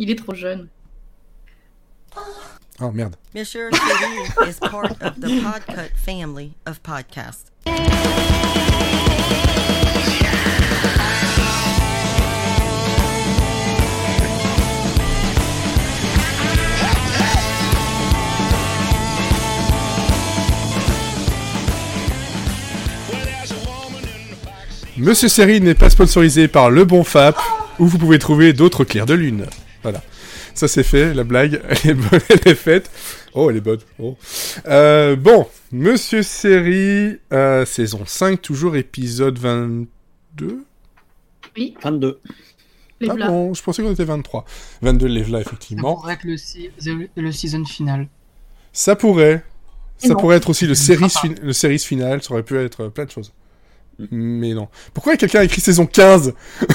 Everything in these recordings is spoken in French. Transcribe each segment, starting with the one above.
Il est trop jeune. Oh merde. Monsieur City is part of the Podcut family of podcasts. Monsieur Série n'est pas sponsorisé par Le Bon Fap, où vous pouvez trouver d'autres clairs de lune. Voilà. Ça c'est fait, la blague, elle est bonne, elle est faite. Oh, elle est bonne. Oh. Bon, Monsieur Série, saison 5, toujours épisode 22 ? Oui, 22. les Ah Vlas. bon, je pensais qu'on était 23. 22 les Vlas, Ça effectivement. pourrait être le season final. Ça pourrait. Ça Non. pourrait être aussi le Ce ne sera series final, ça aurait pu être plein de choses. Mais non. Pourquoi quelqu'un a écrit saison 15 ?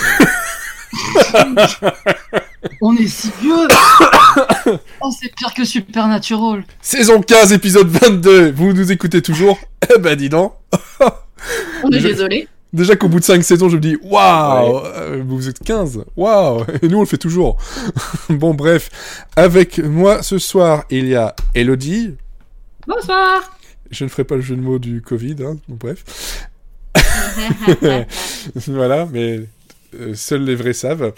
On est si vieux. Oh, c'est pire que Supernatural. Saison 15, épisode 22 Vous nous écoutez toujours ? Eh ben dis donc. On est Je- désolé. Déjà qu'au bout de 5 saisons, je me dis waouh, vous êtes 15, waouh, et nous on le fait toujours. Bon, bref, avec moi ce soir, il y a Elodie. Bonsoir. Je ne ferai pas le jeu de mots du Covid, hein, bon, bref. Voilà, mais seuls les vrais savent.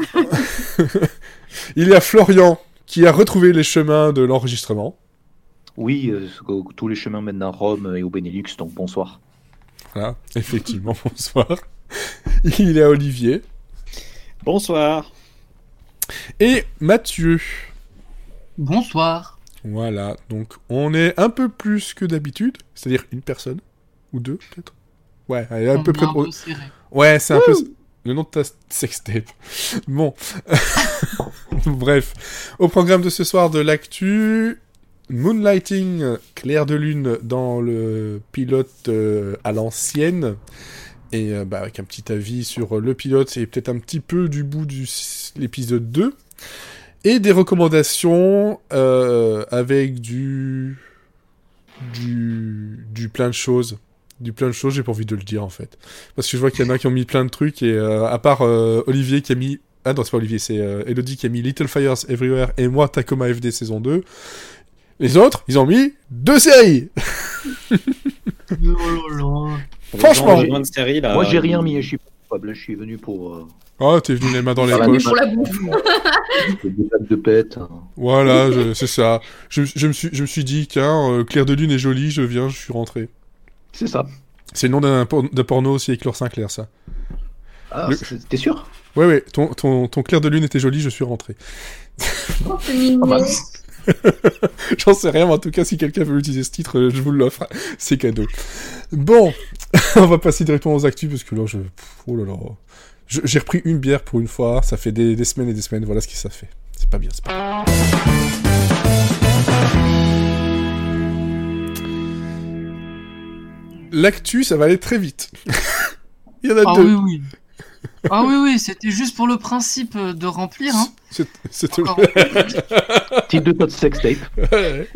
Il y a Florian qui a retrouvé les chemins de l'enregistrement. Oui, tous les chemins mènent à Rome et au Benelux, donc bonsoir. Voilà, effectivement, bonsoir. Il y a Olivier. Bonsoir. Et Mathieu. Bonsoir. Voilà, donc on est un peu plus que d'habitude, c'est-à-dire une personne, ou deux peut-être. Ouais, elle est à On peu est près... un peu serré. Ouais, c'est un peu... Le nom de ta sextape. Bon. Bref. Au programme de ce soir de l'actu, Moonlighting, clair de lune dans le pilote à l'ancienne, et avec un petit avis sur le pilote et peut-être un petit peu du bout de l'épisode 2, et des recommandations avec du plein de choses. Du plein de choses, j'ai pas envie de le dire en fait. Parce que je vois qu'il y en a qui ont mis plein de trucs, et à part Olivier qui a mis... Ah non, c'est pas Olivier, c'est Elodie qui a mis Little Fires Everywhere, et moi Tacoma FD saison 2. Les autres, ils ont mis 2 séries. Oh là là. Franchement. J'ai moins de séries, là. Moi j'ai rien mis, je suis pas coupable, je suis venu pour Oh, t'es venu les mains dans les Ah, poches. Pour la bouffe. des dates de pète. Voilà, c'est ça. Je me suis dit, qu'un Clair de Lune est joli, je viens, je suis rentré. C'est ça. C'est le nom d'un porno aussi avec Laure Sinclair, ça. Ah, Le- t'es sûr? Ouais, ton Clair de Lune était joli, je suis rentré. Oh, c'est mignon. Ah bah. J'en sais rien, mais en tout cas, si quelqu'un veut utiliser ce titre, je vous l'offre. C'est cadeau. Bon, on va passer directement aux actus, parce que là, oh là là. J'ai repris une bière pour une fois, ça fait des semaines et des semaines, voilà ce que ça fait. C'est pas bien, c'est pas bien. L'actu, ça va aller très vite. Il y en a Ah deux. oui. Ah oui, c'était juste pour le principe de remplir. Hein. C'est tout. Encore. Type de code sextape. Ouais.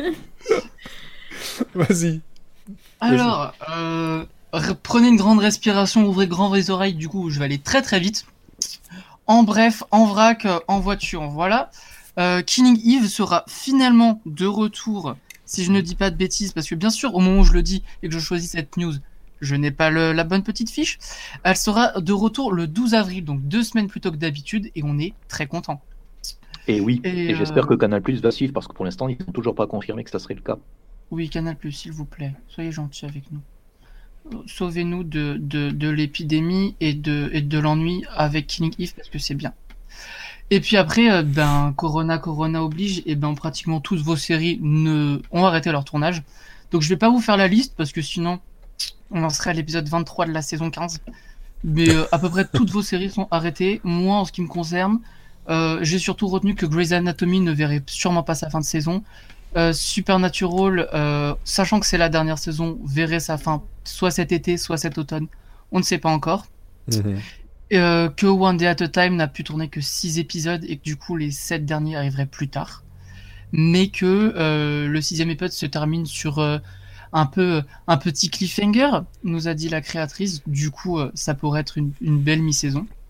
Vas-y. Alors, prenez une grande respiration, ouvrez grand les oreilles, du coup je vais aller très très vite. En bref, en vrac, en voiture, voilà. Killing Eve sera finalement de retour, si je ne dis pas de bêtises, parce que bien sûr, au moment où je le dis et que je choisis cette news, je n'ai pas la bonne petite fiche. Elle sera de retour le 12 avril, donc 2 semaines plus tôt que d'habitude, et on est très content. Et oui, Et, et j'espère que Canal Plus va suivre, parce que pour l'instant, ils n'ont toujours pas confirmé que ça serait le cas. Oui, Canal+, s'il vous plaît, soyez gentils avec nous. Sauvez-nous de l'épidémie et de l'ennui avec Killing Eve, parce que c'est bien. Et puis après, Corona oblige, et pratiquement toutes vos séries ont arrêté leur tournage. Donc je vais pas vous faire la liste, parce que sinon, on en serait à l'épisode 23 de la saison 15. Mais à peu près toutes vos séries sont arrêtées. Moi, en ce qui me concerne, j'ai surtout retenu que Grey's Anatomy ne verrait sûrement pas sa fin de saison. Supernatural, sachant que c'est la dernière saison, verrait sa fin soit cet été, soit cet automne. On ne sait pas encore. Que One Day at a Time n'a pu tourner que 6 épisodes et que du coup les 7 derniers arriveraient plus tard. Mais que le 6e épisode se termine sur un petit cliffhanger, nous a dit la créatrice. Du coup, ça pourrait être une belle mi-saison.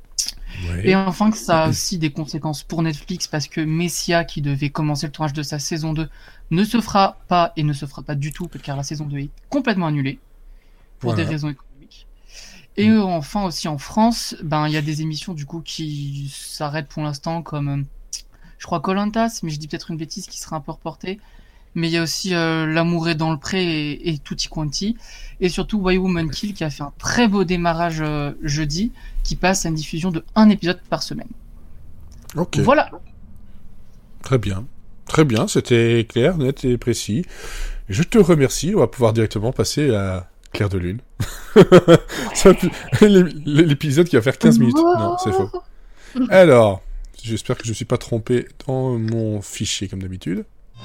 Ouais. Et enfin que ça a aussi des conséquences pour Netflix parce que Messia, qui devait commencer le tournage de sa saison 2, ne se fera pas et ne se fera pas du tout car la saison 2 est complètement annulée pour des Voilà. raisons économiques. Et enfin aussi en France, il y a des émissions du coup qui s'arrêtent pour l'instant comme je crois Koh-Lanta, mais je dis peut-être une bêtise qui sera un peu reportée. Mais il y a aussi L'amour est dans le pré et Tutti Quanti. Et surtout Why Woman Kill qui a fait un très beau démarrage jeudi, qui passe à une diffusion de 1 épisode par semaine. Ok. Voilà. Très bien. Très bien, c'était clair, net et précis. Je te remercie. On va pouvoir directement passer à Clair de Lune. Ça, l'épisode qui va faire 15 minutes. Non, c'est faux. Alors, j'espère que je ne suis pas trompé dans mon fichier comme d'habitude.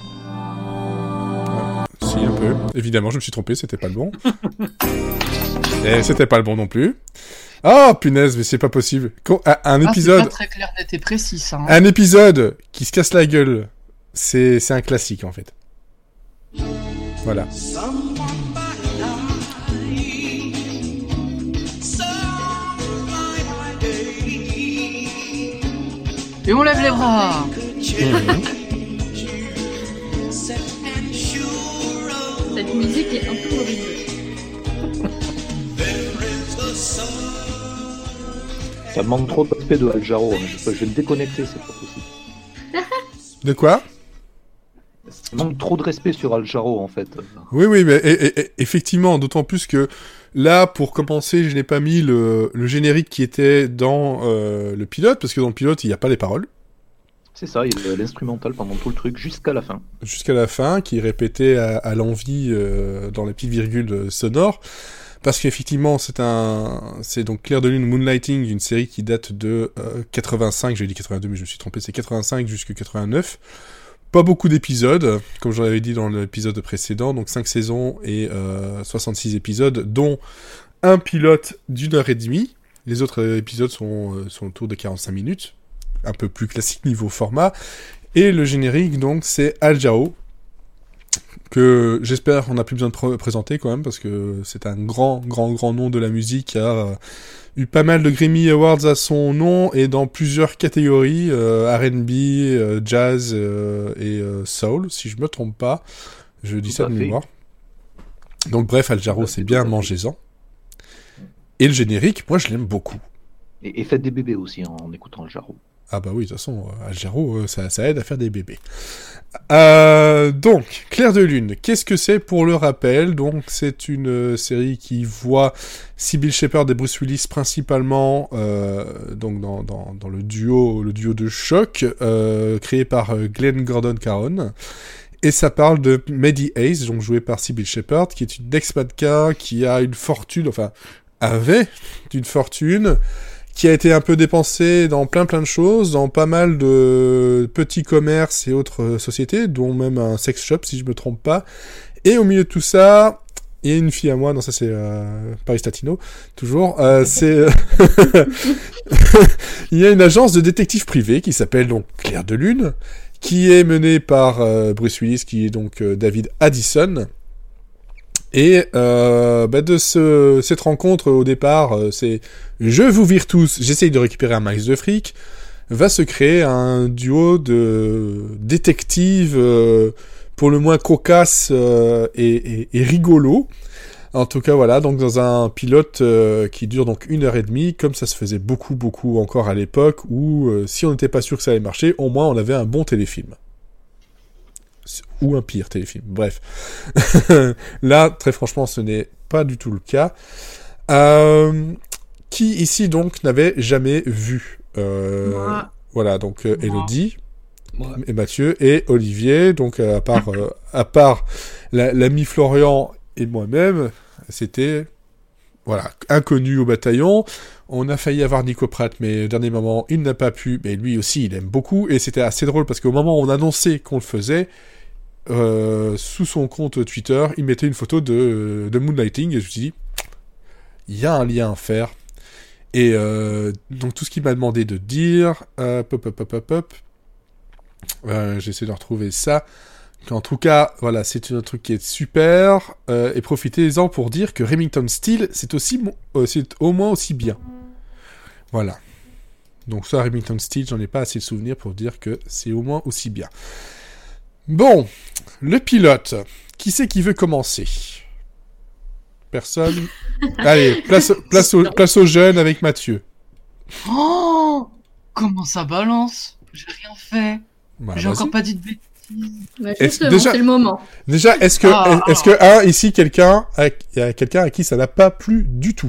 Si, un peu. Évidemment, je me suis trompé, c'était pas le bon. Et c'était pas le bon non plus. Oh, punaise, mais c'est pas possible. Un épisode... C'est pas très clair, net et précis, ça. Hein. Un épisode qui se casse la gueule, c'est un classique, en fait. Voilà. Et on lève les bras. Cette musique est un peu horrible. Ça manque trop de respect de Al Jarreau. Je vais me déconnecter, c'est pas possible. De quoi ? Ça manque trop de respect sur Al Jarreau, en fait. Oui, mais effectivement, d'autant plus que là, pour commencer, je n'ai pas mis le générique qui était dans le pilote, parce que dans le pilote, il n'y a pas les paroles. C'est ça, il y a l'instrumental pendant tout le truc, jusqu'à la fin. Jusqu'à la fin, qui est répété à l'envi dans les petites virgules sonores. Parce qu'effectivement, c'est donc Clair de Lune Moonlighting, une série qui date de 85, j'ai dit 82, mais je me suis trompé, c'est 85 jusqu'à 89. Pas beaucoup d'épisodes, comme j'en avais dit dans l'épisode précédent, donc 5 saisons et 66 épisodes, dont un pilote d'1h30. Les autres épisodes sont autour de 45 minutes, un peu plus classique niveau format. Et le générique, donc, c'est Al Jarreau, que j'espère qu'on n'a plus besoin de présenter quand même, parce que c'est un grand nom de la musique, qui a eu pas mal de Grammy Awards à son nom, et dans plusieurs catégories, R&B, jazz et soul, si je me trompe pas. Je dis Tout ça à de fait. mémoire. Donc bref, Al Jarreau, c'est bien, tout à fait. mangez-en. Et le générique, moi je l'aime beaucoup. Et faites des bébés aussi en écoutant Al Jarreau. Ah bah oui, de toute façon, Al Jarreau, ça aide à faire des bébés. Donc, Clair de Lune, qu'est-ce que c'est pour le rappel ? Donc, c'est une série qui voit Sybil Shepherd et Bruce Willis principalement donc dans le duo de choc créé par Glenn Gordon Caron. Et ça parle de Maddie Hayes, donc jouée par Sybil Shepherd, qui est une ex-mannequin qui a une fortune, enfin, avait une fortune, qui a été un peu dépensée dans plein de choses, dans pas mal de petits commerces et autres sociétés, dont même un sex shop, si je me trompe pas. Et au milieu de tout ça, il y a une fille à moi, non ça c'est Paris Latino, toujours, c'est... Il y a une agence de détectives privés qui s'appelle donc Clair de Lune, qui est menée par Bruce Willis, qui est donc David Addison. Et de cette rencontre, au départ, c'est « je vous vire tous, j'essaye de récupérer un max de fric », va se créer un duo de détectives pour le moins cocasse et rigolo. En tout cas, voilà, donc dans un pilote qui dure donc 1h30, comme ça se faisait beaucoup encore à l'époque, où si on n'était pas sûr que ça allait marcher, au moins on avait un bon téléfilm. Ou un pire téléfilm, bref. Là, très franchement, ce n'est pas du tout le cas. Qui ici, donc, n'avait jamais vu Moi. Voilà, donc Elodie, et Mathieu, et Olivier, donc à part l'ami Florian et moi-même, c'était... Voilà, inconnu au bataillon. On a failli avoir Nico Pratt, mais au dernier moment, il n'a pas pu. Mais lui aussi, il aime beaucoup. Et c'était assez drôle, parce qu'au moment où on annonçait qu'on le faisait, sous son compte Twitter, il mettait une photo de Moonlighting. Et je me suis dit, il y a un lien à faire. Et donc, tout ce qu'il m'a demandé de dire... j'essaie de retrouver ça... En tout cas, voilà, c'est un truc qui est super, et profitez-en pour dire que Remington Steele, c'est au moins aussi bien. Voilà. Donc ça, Remington Steele, j'en ai pas assez de souvenirs pour dire que c'est au moins aussi bien. Bon, le pilote. Qui c'est qui veut commencer? Personne. Allez, place aux jeunes avec Mathieu. Oh, comment ça balance? J'ai rien fait. Bah, J'ai vas-y. encore pas dit de bêtises. Bah, Est-ce- justement, déjà- c'est le moment. Déjà, est-ce que ici, il y a quelqu'un à qui ça n'a pas plu du tout?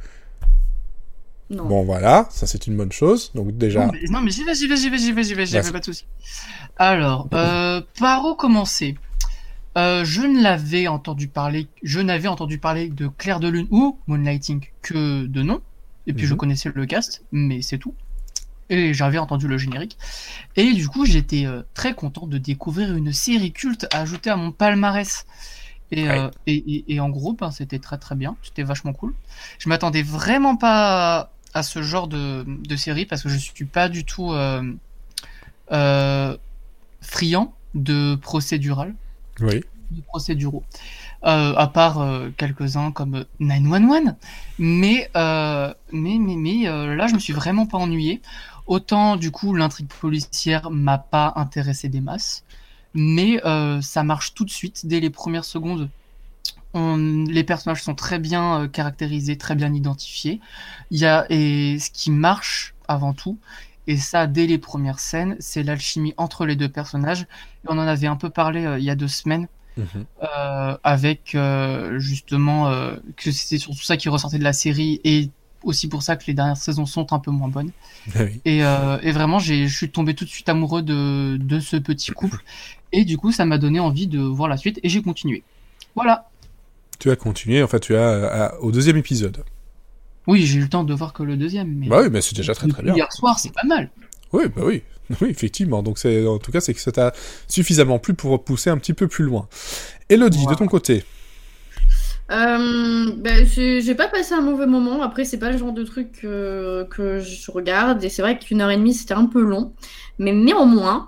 Non. Bon, voilà, ça c'est une bonne chose. Donc déjà, Non, mais j'y vais, Vas-y. pas de soucis. Alors, par où commencer? Je n'avais entendu parler de Clair de Lune ou Moonlighting que de nom. Et puis je Mhm. connaissais le cast, mais c'est tout. Et j'avais entendu le générique. Et du coup, j'étais très content de découvrir une série culte ajoutée à mon palmarès. Et, Ouais. et en gros, ben, c'était très très bien. C'était vachement cool. Je m'attendais vraiment pas à ce genre de série parce que je suis pas du tout friand de procédural, oui. de procéduraux. À part quelques-uns comme 911. Mais là, je me suis vraiment pas ennuyé. Autant, du coup, l'intrigue policière m'a pas intéressé des masses. Mais ça marche tout de suite, dès les premières secondes. Les personnages sont très bien caractérisés, très bien identifiés. Et ce qui marche avant tout, et ça dès les premières scènes, c'est l'alchimie entre les deux personnages. Et on en avait un peu parlé il y a 2 semaines, Mhm. avec justement que c'était surtout ça qui ressortait de la série, et aussi pour ça que les dernières saisons sont un peu moins bonnes. Ah oui. Et vraiment, je suis tombé tout de suite amoureux de ce petit couple. Et du coup, ça m'a donné envie de voir la suite, et j'ai continué. Voilà. Tu as continué, enfin tu as au 2e épisode. Oui, j'ai eu le temps de voir que le 2e. Mais Bah oui, mais c'est déjà très très bien. Hier soir, c'est pas mal. Oui, bah oui. Oui, effectivement. Donc en tout cas, c'est que ça t'a suffisamment plu pour pousser un petit peu plus loin. Elodie, Voilà. de ton côté. J'ai pas passé un mauvais moment. Après, c'est pas le genre de truc que je regarde. Et c'est vrai qu'1 heure et demie, c'était un peu long. Mais néanmoins,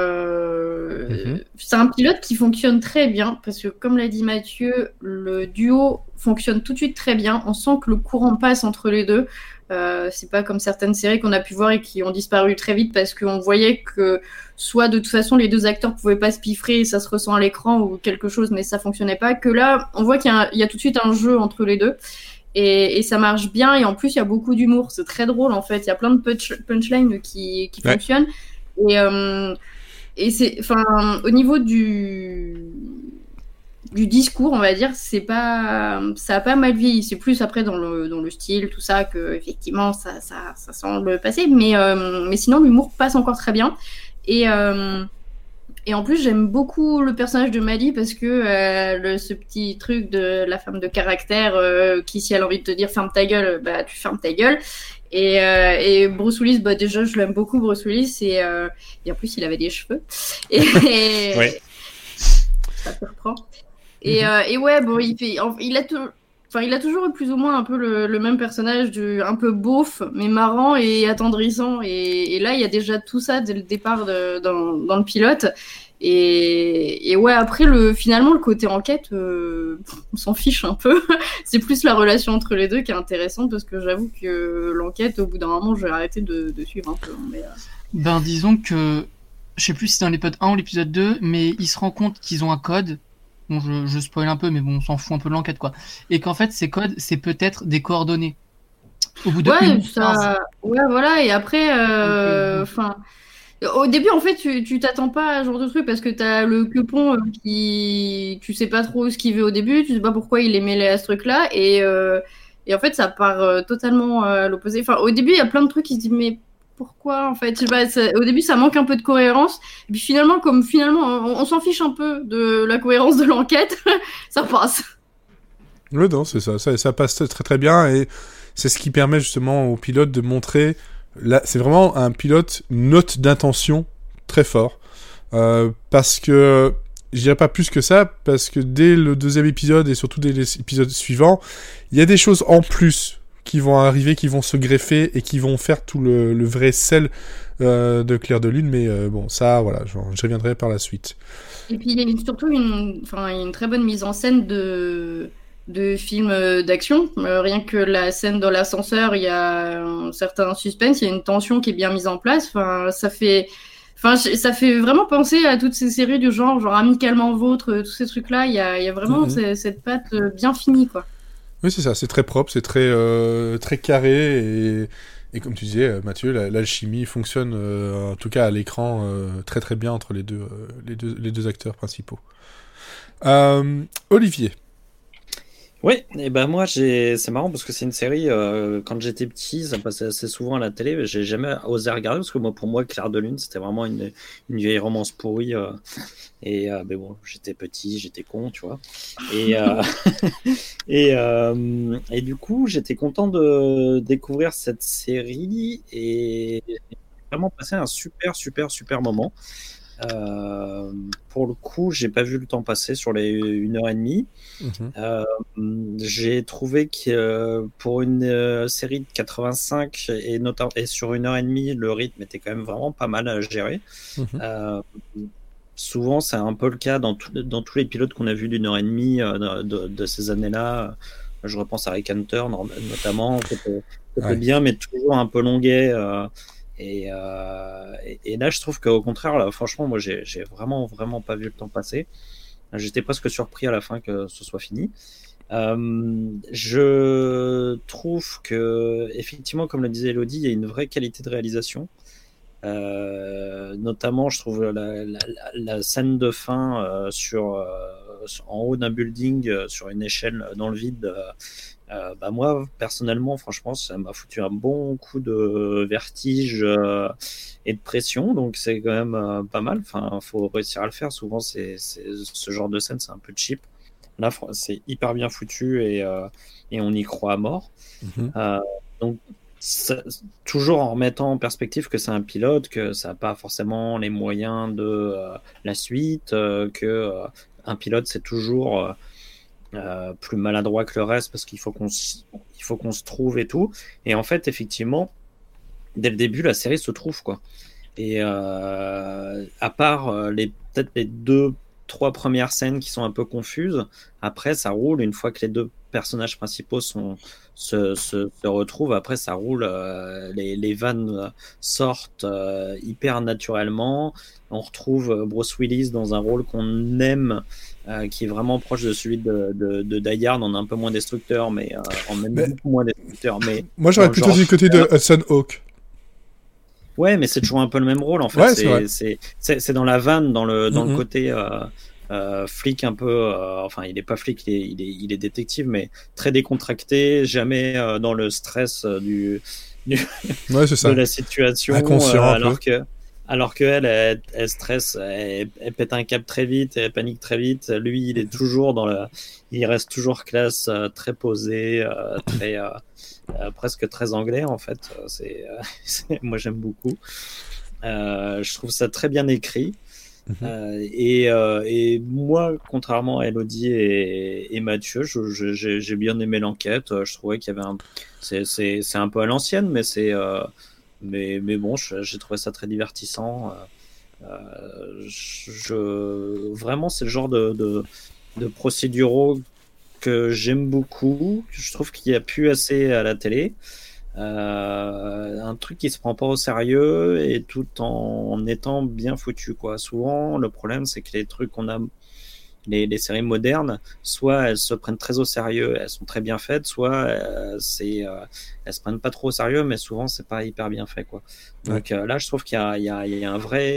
c'est un pilote qui fonctionne très bien. Parce que, comme l'a dit Mathieu, le duo fonctionne tout de suite très bien. On sent que le courant passe entre les deux. C'est pas comme certaines séries qu'on a pu voir et qui ont disparu très vite parce qu'on voyait que soit de toute façon les deux acteurs pouvaient pas se piffrer et ça se ressent à l'écran ou quelque chose, mais ça fonctionnait pas. Que là, on voit qu'il y a tout de suite un jeu entre les deux et ça marche bien. Et en plus, il y a beaucoup d'humour. C'est très drôle en fait. Il y a plein de punchlines qui Ouais. fonctionnent et c'est, enfin, au niveau du discours, on va dire, ça a pas mal vieilli. C'est plus après dans le style, tout ça, que effectivement ça semble passer. Mais sinon, l'humour passe encore très bien. Et en plus, j'aime beaucoup le personnage de Maddie parce que ce petit truc de la femme de caractère qui, si elle a envie de te dire ferme ta gueule, bah tu fermes ta gueule. Et Bruce Willis, bah déjà, je l'aime beaucoup, Bruce Willis. Et en plus, il avait des cheveux. Et Ouais. ça te reprend. Et ouais, bon, il a toujours eu plus ou moins un peu le même personnage, un peu beauf, mais marrant et attendrissant. Et là, il y a déjà tout ça dès le départ dans le pilote. Et ouais, après, finalement, le côté enquête, on s'en fiche un peu. C'est plus la relation entre les deux qui est intéressante parce que j'avoue que l'enquête, au bout d'un moment, je vais arrêter de suivre un peu. Mais, Ben, disons que, je sais plus si c'est dans l'épisode 1 ou l'épisode 2, mais ils se rendent compte qu'ils ont un code. Bon, je spoil un peu, mais bon, on s'en fout un peu de l'enquête, quoi. Et qu'en fait, ces codes, c'est peut-être des coordonnées. Au bout de ouais, une phrase. ouais, voilà. Et après, enfin. Au début, en fait, tu t'attends pas à ce genre de truc parce que t'as le Quepon qui, tu sais pas trop ce qu'il veut au début, tu sais pas pourquoi il est mêlé à ce truc-là, et en fait, ça part totalement à l'opposé. Enfin, au début, il y a plein de trucs qui se disent mais pourquoi en fait, je sais pas, au début, ça manque un peu de cohérence, et puis finalement, on s'en fiche un peu de la cohérence de l'enquête, ça passe. Oui, non, c'est ça. Ça passe très très bien et c'est ce qui permet justement au pilote de montrer. Là, c'est vraiment un pilote note d'intention très fort. Parce que, je dirais pas plus que ça, parce que dès le 2e épisode et surtout dès les épisodes suivants, il y a des choses en plus qui vont arriver, qui vont se greffer et qui vont faire tout le vrai sel de Clair de Lune. Mais bon, ça, voilà, j'y reviendrai par la suite. Et puis il y a surtout une très bonne mise en scène de films d'action. Rien que la scène dans l'ascenseur, il y a un certain suspense, il y a une tension qui est bien mise en place. Enfin, ça fait vraiment penser à toutes ces séries du genre Amicalement Vôtre, tous ces trucs-là. Il y a vraiment cette patte bien finie, quoi. Oui, c'est ça, c'est très propre, c'est très carré, et comme tu disais, Mathieu, l'alchimie fonctionne, en tout cas à l'écran, très très bien entre les deux acteurs principaux. Olivier. Oui, et ben moi c'est marrant parce que c'est une série, quand j'étais petit, ça passait assez souvent à la télé, mais j'ai jamais osé regarder parce que pour moi Clair de Lune c'était vraiment une vieille romance pourrie, mais bon, j'étais petit, j'étais con, tu vois, et et du coup j'étais content de découvrir cette série et j'ai vraiment passé un super moment. Pour le coup, j'ai pas vu le temps passer sur les 1h30. J'ai trouvé que pour une série de 85 et sur 1h30, le rythme était quand même vraiment pas mal à gérer. Souvent, c'est un peu le cas dans tous les pilotes qu'on a vus d'1h30 de ces années-là. Je repense à Rick Hunter notamment, qui était bien, mais toujours un peu longuet. Et là, je trouve qu'au contraire, là, franchement, moi, j'ai vraiment pas vu le temps passer. J'étais presque surpris à la fin que ce soit fini. Je trouve que, effectivement, comme le disait Elodie, il y a une vraie qualité de réalisation. Notamment, je trouve la scène de fin en haut d'un building, sur une échelle dans le vide. Moi, personnellement, franchement, ça m'a foutu un bon coup de vertige et de pression, donc c'est quand même pas mal. Enfin, faut réussir à le faire. Souvent, ce genre de scène, c'est un peu cheap. Là, c'est hyper bien foutu et on y croit à mort. Donc, toujours en remettant en perspective que c'est un pilote, que ça n'a pas forcément les moyens de la suite, que un pilote, c'est toujours plus maladroit que le reste parce qu'il faut qu'on se trouve et tout. Et en fait, effectivement, dès le début, la série se trouve, quoi. Et à part peut-être les 2-3 premières scènes qui sont un peu confuses, après ça roule. Une fois que les deux personnages principaux se retrouvent, après ça roule, les vannes sortent hyper naturellement. On retrouve Bruce Willis dans un rôle qu'on aime, qui est vraiment proche de celui de Die Hard, en un peu moins destructeur, mais en même beaucoup moins destructeur. Mais moi j'aurais plutôt dit du côté de Hudson Hawk. Ouais, mais c'est toujours un peu le même rôle en fait. Ouais, c'est dans la vanne, dans le côté flic un peu. Enfin, il est pas flic, il est détective, mais très décontracté, jamais dans le stress de la situation. Inconscient, alors que elle stresse, elle pète un câble très vite, elle panique très vite. Lui, il reste toujours classe, très posé, très presque très anglais en fait. Moi j'aime beaucoup. Je trouve ça très bien écrit. Et moi, contrairement à Elodie et Mathieu, j'ai bien aimé l'enquête. Je trouvais qu'il y avait c'est un peu à l'ancienne, mais mais bon, j'ai trouvé ça très divertissant. Vraiment, c'est le genre de procéduraux que j'aime beaucoup. Je trouve qu'il n'y a plus assez à la télé. Un truc qui se prend pas au sérieux et tout en étant bien foutu, quoi. Souvent, le problème, c'est que les trucs qu'on a, les séries modernes, soit elles se prennent très au sérieux, elles sont très bien faites, soit elles se prennent pas trop au sérieux, mais souvent c'est pas hyper bien fait, quoi. Donc là, je trouve qu'il y a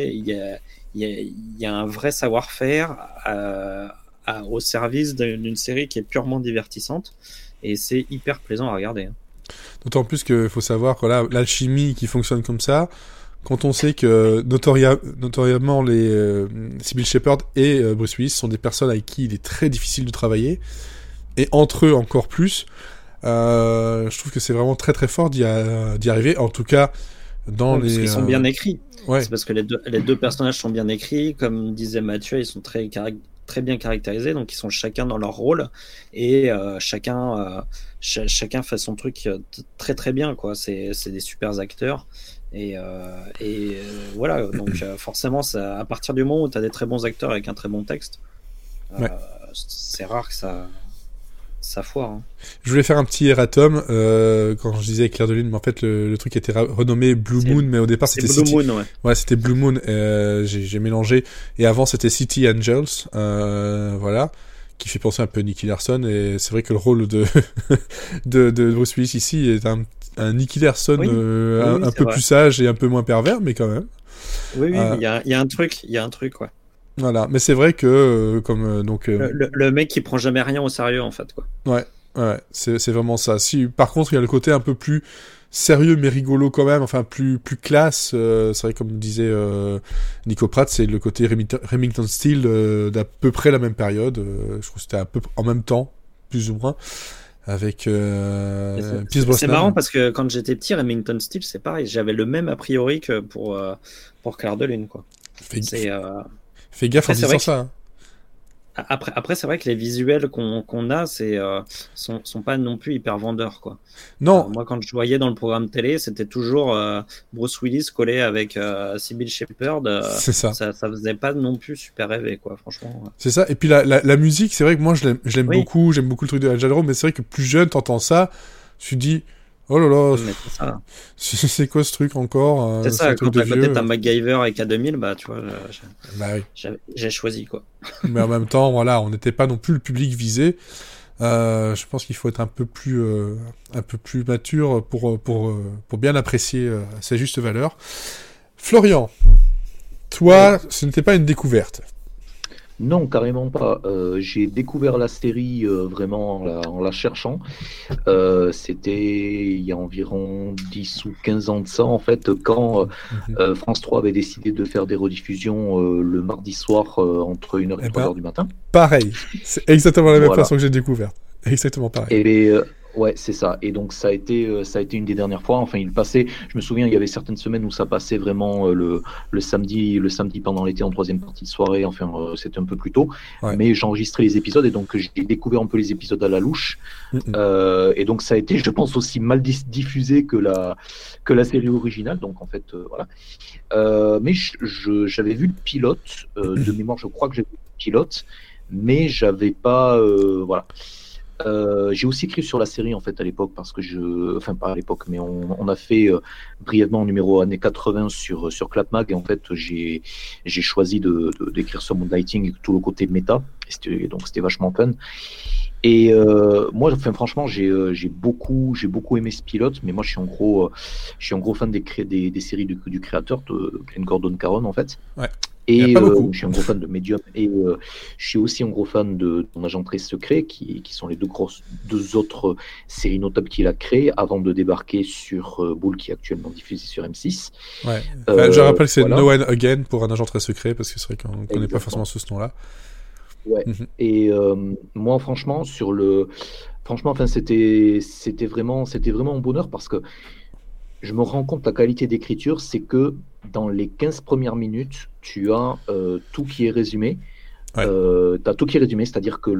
un vrai savoir-faire au service d'une série qui est purement divertissante, et c'est hyper plaisant à regarder. D'autant plus qu'il faut savoir que là, l'alchimie qui fonctionne comme ça, quand on sait que notoriamente les Sybil Shepherd et Bruce Willis sont des personnes avec qui il est très difficile de travailler, et entre eux encore plus, je trouve que c'est vraiment très très fort d'y arriver, en tout cas parce qu'ils sont bien écrits. Ouais. C'est parce que les deux personnages sont bien écrits, comme disait Mathieu, ils sont très bien caractérisés, donc ils sont chacun dans leur rôle, et chacun fait son truc très très bien, quoi. C'est des super acteurs, et voilà, donc forcément à partir du moment où tu as des très bons acteurs avec un très bon texte, c'est rare que ça ça foire. Hein. Je voulais faire un petit erratum quand je disais Clair de Lune, mais en fait le truc était renommé Blue Moon, mais au départ c'était Blue City. Moon, ouais. Ouais, c'était Blue Moon. J'ai mélangé. Et avant c'était City Angels, voilà, qui fait penser un peu à Nicky Larson. Et c'est vrai que le rôle de de Bruce Willis ici est un Nicky Larson Oui. un peu vrai. plus sage et un peu moins pervers, mais quand même. Oui, il y a un truc, ouais. Voilà, mais c'est vrai que donc Le mec qui prend jamais rien au sérieux, en fait, quoi. ouais, c'est vraiment ça. Si par contre il y a le côté un peu plus sérieux mais rigolo quand même, enfin plus classe, c'est vrai comme disait Nico Pratt, c'est le côté Remington Steele d'à peu près la même période. Je trouve que c'était un peu en même temps, plus ou moins, avec Pierce Brosnan. C'est marrant parce que quand j'étais petit, Remington Steele, c'est pareil. J'avais le même a priori que pour Clair de Lune, quoi. Fais gaffe en Après, c'est disant vrai ça. Hein. Après, c'est vrai que les visuels qu'on a, sont pas non plus hyper vendeurs, quoi. Non, Moi, quand je voyais dans le programme télé, c'était toujours Bruce Willis collé avec Sybil Shepherd. c'est ça. Ça faisait pas non plus super rêver, quoi, franchement. C'est ça. Et puis la musique, c'est vrai que moi je l'aime Oui. beaucoup. J'aime beaucoup le truc de Al Jarreau, mais c'est vrai que plus jeune, t'entends ça, tu te dis, oh là là, Mais c'est ça. c'est quoi ce truc encore C'est ça, un truc quand de à côté vieux. t'as MacGyver et K2000, bah tu vois, Bah oui. j'ai choisi, quoi. Mais en même temps, voilà, on n'était pas non plus le public visé. Je pense qu'il faut être un peu plus mature pour bien apprécier sa juste valeur. Florian, toi, ce n'était pas une découverte. Non, carrément pas. J'ai découvert la série vraiment en la cherchant. C'était il y a environ 10 ou 15 ans de ça, en fait, quand France 3 avait décidé de faire des rediffusions le mardi soir entre 1h et 3h du matin. Pareil, c'est exactement la même Voilà. façon que j'ai découvert. Exactement pareil. Et ouais, c'est ça. Et donc ça a été une des dernières fois. Enfin, il passait. Je me souviens, il y avait certaines semaines où ça passait vraiment le samedi pendant l'été en troisième partie de soirée. Enfin, c'était un peu plus tôt. Ouais. Mais j'enregistrais les épisodes et donc j'ai découvert un peu les épisodes à la louche. Et donc ça a été, je pense, aussi mal diffusé que la série originale. Donc en fait, voilà. Mais j'avais vu le pilote de mémoire. Je crois que j'ai vu le pilote, mais j'avais pas, voilà. J'ai aussi écrit sur la série en fait à l'époque parce que enfin pas à l'époque, mais on a fait brièvement un numéro années 80 sur Clapmag et en fait j'ai choisi d'écrire sur Moonlighting et tout le côté méta. Donc c'était vachement fun. Et moi, enfin, franchement, j'ai beaucoup aimé ce pilote, mais moi je suis un gros fan des séries du créateur de Glenn Gordon Caron en fait. Ouais. Et je suis un gros fan de Medium et je suis aussi un gros fan de Ton agent très secret qui sont les deux autres séries notables qu'il a créées avant de débarquer sur Bull qui est actuellement diffusé sur M6. Ouais. Je rappelle que c'est voilà. No One Again pour un agent très secret parce que c'est vrai qu'on ne connaît pas forcément ce nom-là. Ouais. Et moi franchement enfin c'était vraiment un bonheur parce que je me rends compte la qualité d'écriture, c'est que dans les 15 premières minutes, tu as tout qui est résumé. Ouais. T'as tout qui est résumé, c'est-à-dire que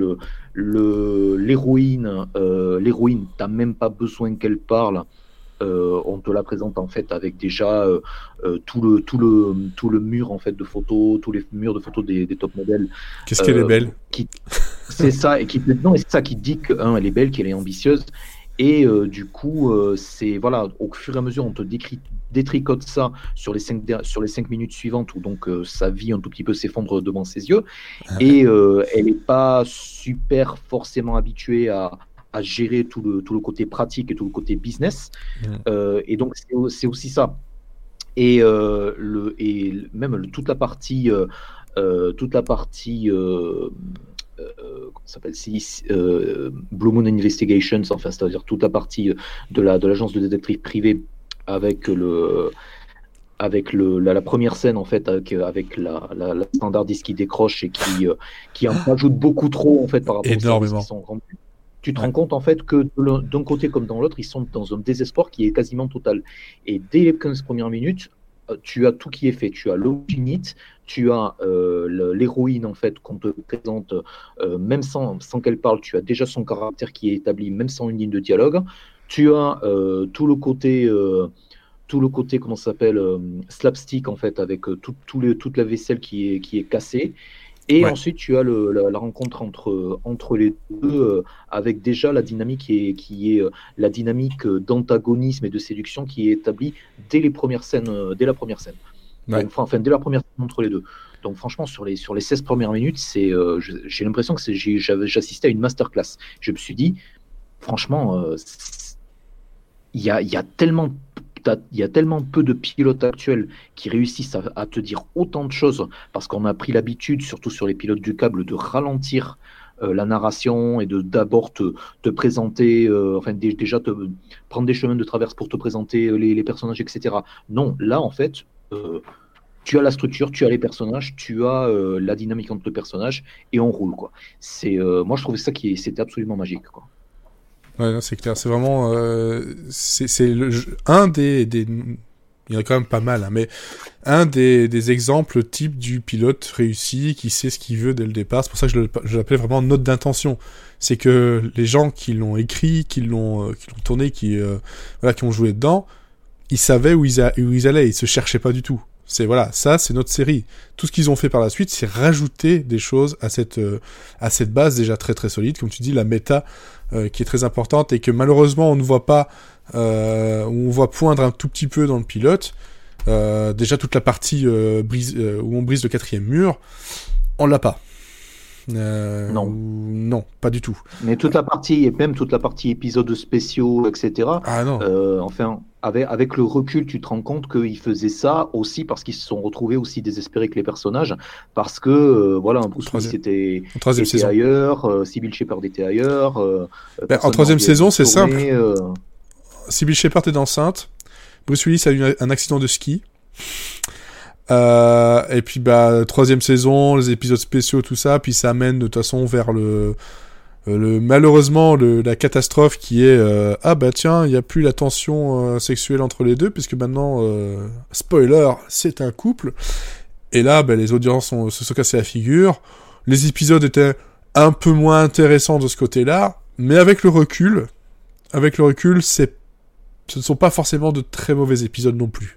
l'héroïne, t'as même pas besoin qu'elle parle. On te la présente en fait avec déjà tout le mur en fait de photos, tous les murs de photos des top modèles. Qu'est-ce qu'elle est belle. C'est ça, et c'est ça qui dit qu'elle est belle, qu'elle est ambitieuse. Et du coup, c'est voilà, au fur et à mesure, on te détricote ça sur les 5 minutes suivantes où donc sa vie un tout petit peu s'effondre devant ses yeux. Et elle n'est pas super forcément habituée à gérer tout le côté pratique et tout le côté business. Et donc, c'est aussi ça. Et même toute la partie comment ça s'appelle Blue Moon Investigations, enfin c'est-à-dire toute la partie de l'agence de détective privé avec la première scène en fait avec la standardiste qui décroche et qui en rajoute beaucoup trop en fait par rapport énormément. aux qui sont rendus. Tu te rends compte en fait que d'un côté comme dans l'autre, ils sont dans un désespoir qui est quasiment total. Et dès les 15 premières minutes, tu as tout qui est fait. Tu as l'Oginite, tu as l'héroïne en fait qu'on te présente, même sans qu'elle parle, tu as déjà son caractère qui est établi, même sans une ligne de dialogue. Tu as tout le côté comment ça s'appelle slapstick en fait avec toute la vaisselle qui est cassée. Et Ouais. ensuite, tu as la rencontre entre les deux, avec déjà la dynamique qui est la dynamique d'antagonisme et de séduction qui est établie dès les premières scènes, dès la première scène. Ouais. Donc, enfin, dès la première scène entre les deux. Donc, franchement, sur les 16 premières minutes, j'ai l'impression que j'assistais à une masterclass. Je me suis dit, franchement, il y a tellement peu de pilotes actuels qui réussissent à te dire autant de choses, parce qu'on a pris l'habitude, surtout sur les pilotes du câble, de ralentir la narration et d'abord te présenter, déjà te prendre des chemins de traverse pour te présenter les personnages, etc. Non, là, en fait, tu as la structure, tu as les personnages, tu as la dynamique entre les personnages, et on roule, quoi. Moi, je trouvais ça c'était absolument magique, quoi. Ouais, non, c'est clair. C'est vraiment, un des, il y en a quand même pas mal, hein, mais un des exemples types du pilote réussi qui sait ce qu'il veut dès le départ. C'est pour ça que je l'appelais vraiment note d'intention. C'est que les gens qui l'ont écrit, qui l'ont tourné, qui ont joué dedans, ils savaient où ils allaient, ils se cherchaient pas du tout. Ça, c'est notre série. Tout ce qu'ils ont fait par la suite, c'est rajouter des choses à cette base déjà très très solide, comme tu dis, la méta qui est très importante et que malheureusement on ne voit pas, on voit poindre un tout petit peu dans le pilote. Déjà toute la partie où on brise le 4e mur, on l'a pas. Non, pas du tout. Mais toute la partie, et même toute la partie épisodes spéciaux, etc. Ah non. Avec le recul, tu te rends compte qu'ils faisaient ça aussi parce qu'ils se sont retrouvés aussi désespérés que les personnages, parce que Bruce Willis était saison. ailleurs, Sybil Shepherd était ailleurs. En 3e saison, c'est simple. Sybil Shepherd est enceinte. Bruce Willis a eu un accident de ski. Et puis 3e saison, les épisodes spéciaux, tout ça, puis ça amène de toute façon vers malheureusement la catastrophe qui est tiens, il n'y a plus la tension sexuelle entre les deux puisque maintenant spoiler, c'est un couple. Et là les audiences se sont cassées la figure. Les épisodes étaient un peu moins intéressants de ce côté-là, mais avec le recul, ce ne sont pas forcément de très mauvais épisodes non plus.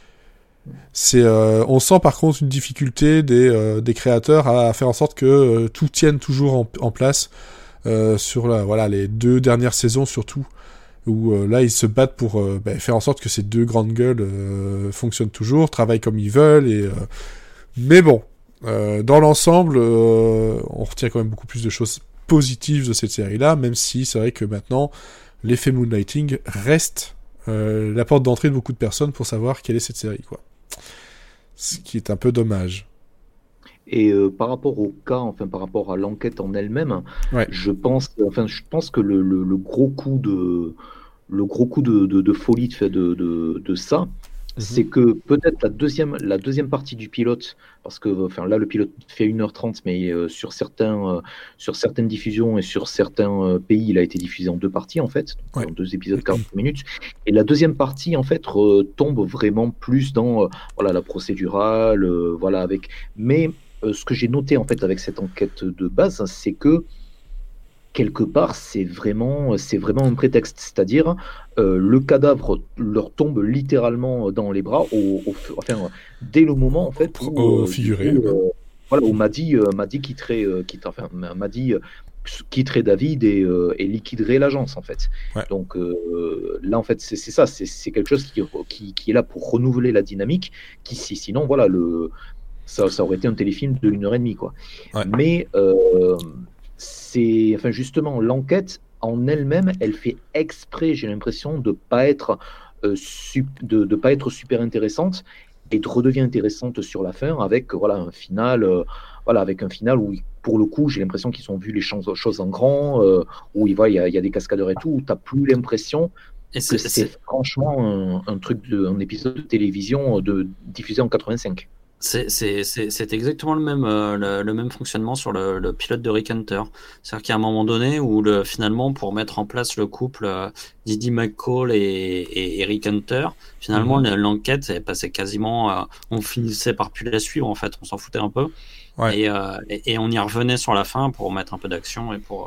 On sent par contre une difficulté des créateurs à faire en sorte que tout tienne toujours en place sur les 2 dernières saisons surtout, où là ils se battent pour faire en sorte que ces 2 grandes gueules fonctionnent toujours, travaillent comme ils veulent, mais bon, dans l'ensemble on retient quand même beaucoup plus de choses positives de cette série-là, même si c'est vrai que maintenant l'effet Moonlighting reste la porte d'entrée de beaucoup de personnes pour savoir quelle est cette série, quoi. Ce qui est un peu dommage. Et par rapport au cas, par rapport à l'enquête en elle-même, ouais. je pense que le gros coup de folie de ça, c'est que peut-être la deuxième partie du pilote, parce que là le pilote fait 1h30, mais sur certaines diffusions et sur certains pays, il a été diffusé en 2 parties en fait, en 2 épisodes 40 minutes. Et la deuxième partie en fait tombe vraiment plus dans la procédurale, mais ce que j'ai noté en fait avec cette enquête de base, c'est que quelque part, c'est vraiment un prétexte. C'est-à-dire, le cadavre leur tombe littéralement dans les bras, dès le moment en fait où Maddy quitterait David et liquiderait l'agence en fait. Ouais. Donc là en fait c'est ça, c'est quelque chose qui est là pour renouveler la dynamique. Sinon ça aurait été un téléfilm de 1h30 quoi. Ouais. Mais justement, l'enquête en elle-même, elle fait exprès, j'ai l'impression, de pas être super intéressante et de redevient intéressante sur la fin avec un final, où pour le coup, j'ai l'impression qu'ils ont vu les choses en grand, où il y a des cascadeurs et tout, où t'as plus l'impression que c'est franchement un épisode de télévision diffusé en 85. C'est exactement le même fonctionnement sur le pilote de Rick Hunter. C'est-à-dire qu'à un moment donné où finalement pour mettre en place le couple Didi McCall et Rick Hunter, finalement l'enquête elle passait quasiment, on finissait par plus la suivre en fait, on s'en foutait un peu. Ouais. Et on y revenait sur la fin pour mettre un peu d'action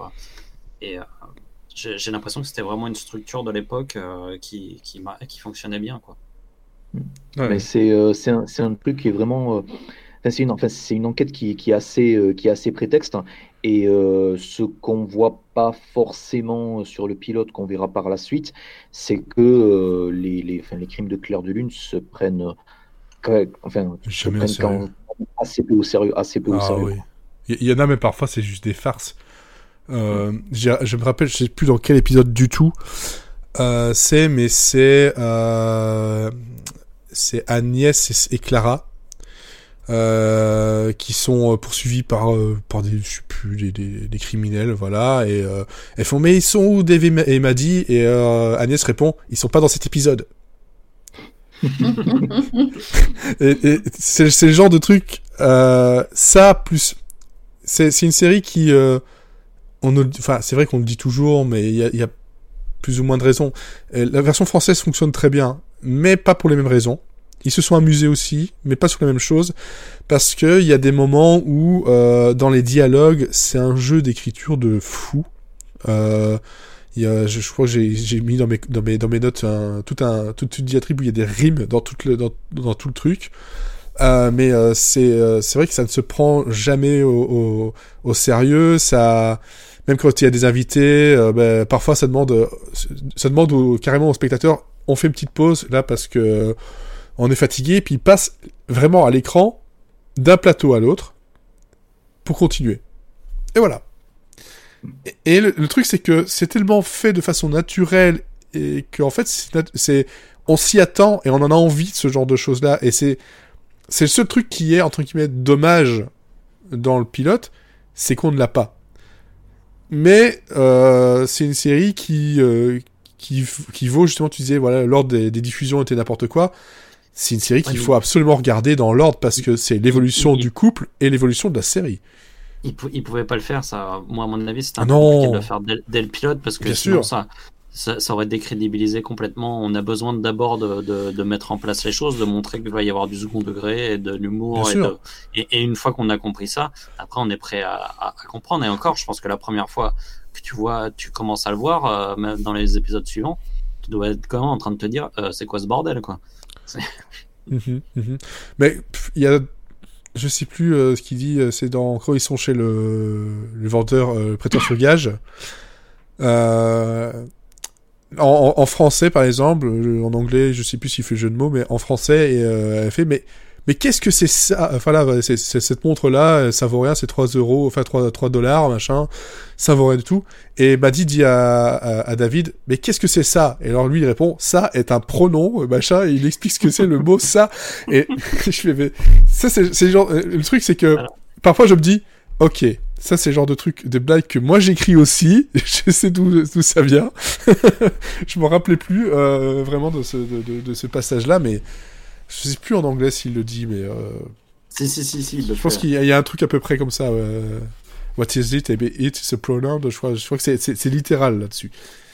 j'ai l'impression que c'était vraiment une structure de l'époque qui fonctionnait bien quoi. Ouais. Mais c'est un truc qui est vraiment c'est une enquête qui est assez prétexte, hein. Et ce qu'on voit pas forcément sur le pilote, qu'on verra par la suite, c'est que les crimes de Clair de Lune se prennent, Jamais au sérieux. assez peu au sérieux, Oui. Il y en a, mais parfois c'est juste des farces. Je me rappelle, je sais plus dans quel épisode du tout c'est Agnès et Clara qui sont poursuivis par des, je sais plus, des criminels, voilà, et elles font mais ils sont où Dave et Maddie, et Agnès répond ils sont pas dans cet épisode. et c'est le genre de truc, ça plus c'est une série qui c'est vrai qu'on le dit toujours, mais il y a plus ou moins de raisons. La version française fonctionne très bien, mais pas pour les mêmes raisons. Ils se sont amusés aussi, mais pas sur la même chose, parce que il y a des moments où dans les dialogues, c'est un jeu d'écriture de fou. Je crois que j'ai mis dans mes notes toute une diatribe où il y a des rimes dans tout le truc. Mais c'est vrai que ça ne se prend jamais au sérieux. Ça, même quand il y a des invités, parfois ça demande carrément aux spectateurs, on fait une petite pause là parce que on est fatigué, puis ils passent vraiment à l'écran d'un plateau à l'autre pour continuer. Et voilà. Et le truc, c'est que c'est tellement fait de façon naturelle et qu'en fait, on s'y attend et on en a envie de ce genre de choses-là. Et c'est le seul truc qui est, entre guillemets, dommage dans le pilote, c'est qu'on ne l'a pas. Mais c'est une série qui vaut, justement, tu disais, voilà, l'ordre des diffusions était n'importe quoi. C'est une série qu'il faut absolument regarder dans l'ordre parce que c'est l'évolution du couple et l'évolution de la série. Il pouvait pas le faire, ça. Moi, à mon avis, c'était compliqué de le faire dès le pilote parce que sinon ça aurait décrédibilisé complètement. On a besoin d'abord de mettre en place les choses, de montrer qu'il va y avoir du second degré et de l'humour. Et une fois qu'on a compris ça, après, on est prêt à comprendre. Et encore, je pense que la première fois que tu commences à le voir, même dans les épisodes suivants, tu dois être quand même en train de te dire c'est quoi ce bordel, quoi. Mais il y a, je sais plus ce qu'il dit, c'est quand ils sont chez le vendeur, le prêteur sur gage. En français, par exemple, en anglais, je sais plus s'il fait jeu de mots, mais en français, elle fait mais qu'est-ce que c'est ça? Enfin là, c'est cette montre-là, ça vaut rien, c'est 3 €, enfin $3, machin, ça vaut rien du tout. Et Maddie dit à David, mais qu'est-ce que c'est ça? Et alors lui, il répond, ça est un pronom, machin, et il explique ce que c'est le mot ça. Et je fais, mais ça c'est genre, le truc c'est que, parfois je me dis, ok, ça c'est le genre de truc, de blague que moi j'écris aussi, je sais d'où ça vient. Je m'en rappelais plus, vraiment de ce passage-là, mais je sais plus en anglais s'il le dit, mais Si, je pense qu'il y a un truc à peu près comme ça. What is it? It's a pronoun. Je crois que c'est littéral là-dessus.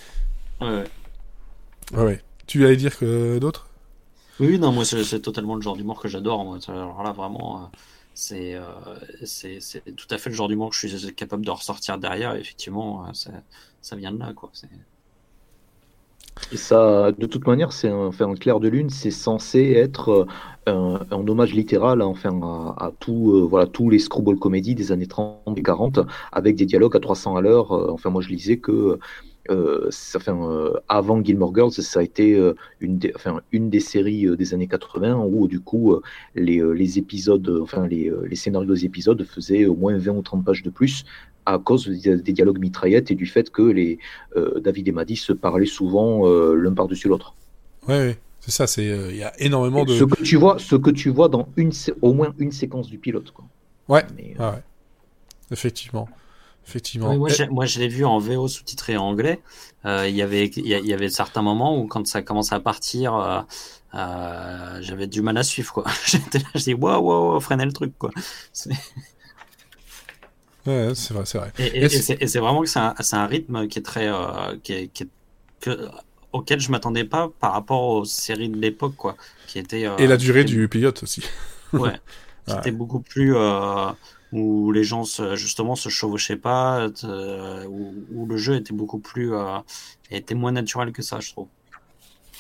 Ouais. Tu allais dire que d'autres? Oui, non, moi c'est totalement le genre d'humour que j'adore. Moi. Alors là, vraiment, c'est tout à fait le genre d'humour que je suis capable de ressortir derrière. Et effectivement, ça vient de là, quoi. Et ça, de toute manière, un Clair de Lune, c'est censé être un hommage littéral, à tous les screwball comédies des années 30 et 40, avec des dialogues à 300 à l'heure. Moi, je lisais que avant Gilmore Girls, ça a été une des séries des années 80 où, du coup, les épisodes, les scénarios des épisodes faisaient au moins 20 ou 30 pages de plus, à cause des dialogues mitraillettes et du fait que David et Maddie se parlaient souvent l'un par-dessus l'autre. Ouais, c'est ça, il y a énormément de... Ce que tu vois dans au moins une séquence du pilote, quoi. Ouais, ouais. Effectivement. Oui, moi, je l'ai vu en VO sous-titré en anglais. Il y avait certains moments où, quand ça commençait à partir, j'avais du mal à suivre, quoi. J'étais là, je dis wow, freinez le truc, quoi. Ouais, c'est vrai. Et c'est vraiment que c'est un rythme qui est très, auquel je m'attendais pas par rapport aux séries de l'époque, quoi. Qui était. Et la durée du pilote aussi. Ouais. Qui était beaucoup plus. Où les gens justement se chevauchaient pas, où le jeu était beaucoup plus, était moins naturel que ça, je trouve.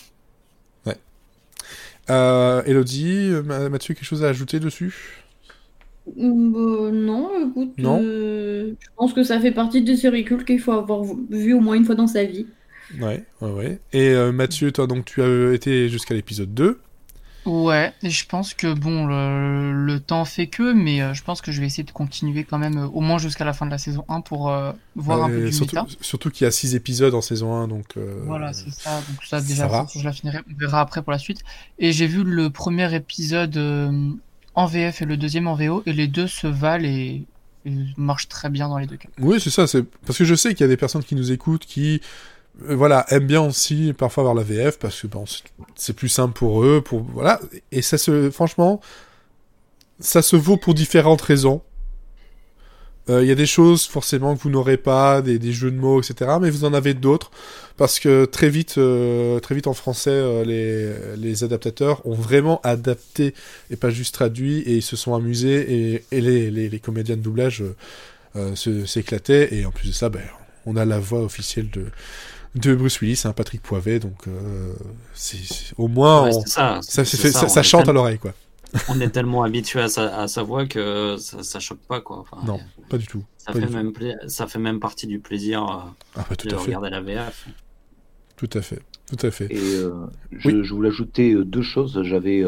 Ouais. Elodie, Mathieu, quelque chose à ajouter dessus? Non, écoute, Non je pense que ça fait partie des séries cultes qu'il faut avoir vu au moins une fois dans sa vie. Ouais. Et Mathieu, toi, donc, tu as été jusqu'à l'épisode 2. Ouais, et je pense que bon, le temps fait que, mais je pense que je vais essayer de continuer quand même au moins jusqu'à la fin de la saison 1 pour voir un peu du méta. Surtout qu'il y a 6 épisodes en saison 1, donc... Voilà, c'est ça. Donc ça, ça déjà, va. je la finirai. On verra après pour la suite. Et j'ai vu le premier épisode en VF et le deuxième en VO, et les deux se valent et marchent très bien dans les deux cas. Oui, c'est ça. C'est parce que je sais qu'il y a des personnes qui nous écoutent qui, voilà, aiment bien aussi parfois voir la VF parce que bon, c'est plus simple pour eux, voilà. Et franchement, ça se vaut pour différentes raisons. Il y a des choses forcément que vous n'aurez pas, des jeux de mots, etc. Mais vous en avez d'autres parce que très vite en français, les adaptateurs ont vraiment adapté et pas juste traduit et ils se sont amusés et les comédiens de doublage s'éclataient et en plus de ça, ben, on a la voix officielle de Bruce Willis, hein, Patrick Poivet, donc au moins Ouais, ça chante à l'oreille, quoi. On est tellement habitué à sa voix que ça choque pas, quoi. Enfin, non, pas du tout. Ça fait même partie du plaisir de regarder la VF. Tout à fait. Et je voulais ajouter deux choses. J'avais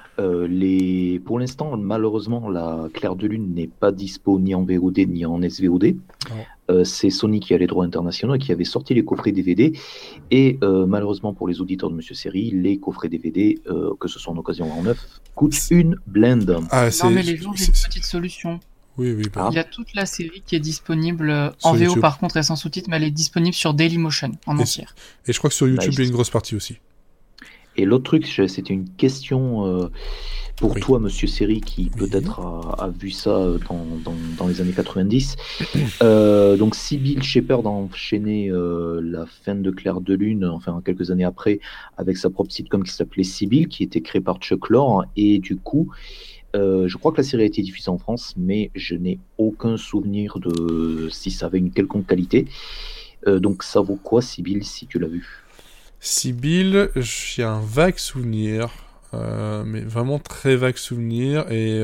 pour l'instant, malheureusement, la Clair de Lune n'est pas dispo ni en VOD ni en SVOD. C'est Sony qui a les droits internationaux et qui avait sorti les coffrets DVD. Et malheureusement pour les auditeurs de Monsieur Série, les coffrets DVD, que ce soit en occasion ou en neuf, coûtent une blinde. Non mais les gens, j'ai une petite solution. Oui. Il y a toute la série qui est disponible en VO YouTube. par contre et sans sous-titres, mais elle est disponible sur Dailymotion en entière. Et je crois que sur YouTube, il y a une grosse partie aussi. Et l'autre truc, c'était une question pour toi, Monsieur Série, qui peut-être a vu ça dans les années 90. Donc, Sybil Shepherd a enchaîné la fin de Clair de Lune, enfin quelques années après, avec sa propre sitcom qui s'appelait Sybil, qui était créée par Chuck Lorre. Et du coup, je crois que la série a été diffusée en France, mais je n'ai aucun souvenir de si ça avait une quelconque qualité. Donc, ça vaut quoi, Sybil, si tu l'as vu? Sybil, j'ai un vague souvenir, mais vraiment très vague souvenir, et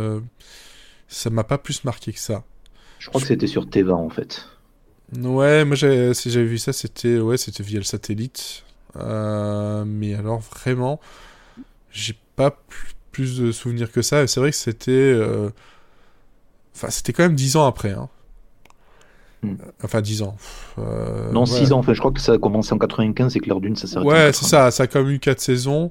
ça m'a pas plus marqué que ça. Je crois que c'était sur Teva en fait. Ouais, moi si j'avais vu ça, c'était via le satellite, mais alors vraiment, j'ai pas plus de souvenirs que ça, et c'est vrai que c'était quand même 10 ans après, hein. Enfin 10 ans. Non, 6 ans. Enfin, je crois que ça a commencé en 95 et Clair de Lune, ça s'est arrêté. Ouais, c'est ça. Ça a quand même eu 4 saisons.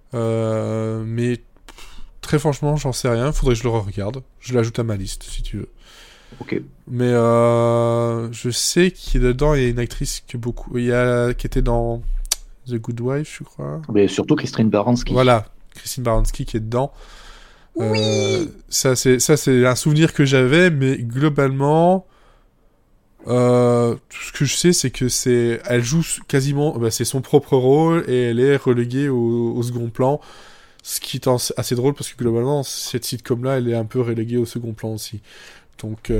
Mais très franchement, j'en sais rien. Faudrait que je le regarde. Je l'ajoute à ma liste, si tu veux. Ok. Mais je sais qu'il y a dedans, il y a une actrice qui était dans The Good Wife, je crois. Mais surtout Christine Baranski. Voilà, Christine Baranski qui est dedans. Ça, c'est un souvenir que j'avais, mais globalement... tout ce que je sais, c'est que elle joue quasiment, c'est son propre rôle et elle est reléguée au second plan, ce qui est assez drôle parce que globalement cette sitcom-là, elle est un peu reléguée au second plan aussi. Donc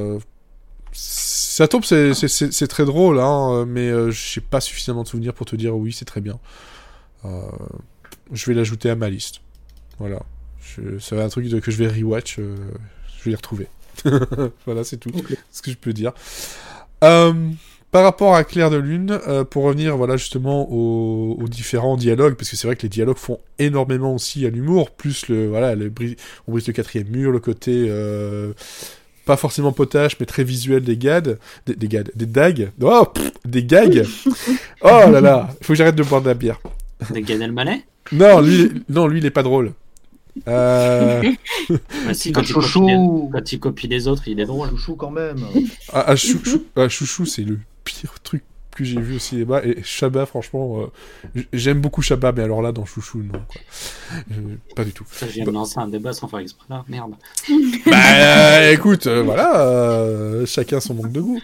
ça tombe, c'est très drôle, hein, mais j'ai pas suffisamment de souvenirs pour te dire oui, c'est très bien. Je vais l'ajouter à ma liste. Voilà, ça va un truc que je vais rewatch, je vais les retrouver. Voilà, c'est tout ce que je peux dire. Par rapport à Clair de Lune, pour revenir justement aux différents dialogues, parce que c'est vrai que les dialogues font énormément aussi à l'humour, plus on brise le quatrième mur, le côté pas forcément potache, mais très visuel des gags. Oh, des gags. Oh là là, il faut que j'arrête de boire de la bière. Des Gad Elmaleh ? Non, lui il est pas drôle. Si, quand il copie les autres, il est drôle. Chouchou quand même. Chouchou, c'est le pire truc que j'ai vu au cinéma. Et Chabat, franchement, j'aime beaucoup Chabat, mais alors là, dans Chouchou, non, quoi. Pas du tout. Ça, je viens de lancer un débat sans faire exprès là, merde. Bah, écoute, voilà, chacun son manque de goût.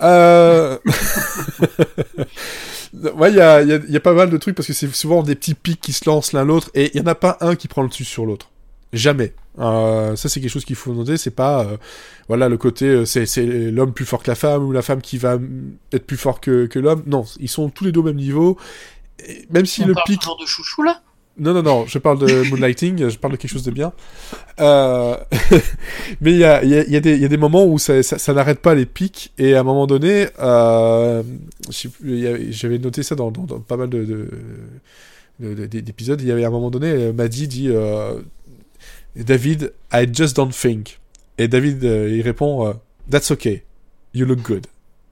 Ouais, il y a pas mal de trucs parce que c'est souvent des petits pics qui se lancent l'un l'autre et il y en a pas un qui prend le dessus sur l'autre. Jamais. Ça c'est quelque chose qu'il faut noter. C'est pas le côté c'est l'homme plus fort que la femme ou la femme qui va être plus fort que l'homme. Non, ils sont tous les deux au même niveau. Et même si on le parle pic toujours de Chouchou là. Non, je parle de Moonlighting, je parle de quelque chose de bien. Mais il y a des moments où ça n'arrête pas les pics, et à un moment donné, j'avais noté ça dans pas mal d'épisodes, il y avait un moment donné, Maddie dit David, I just don't think. Et David, il répond That's okay, you look good.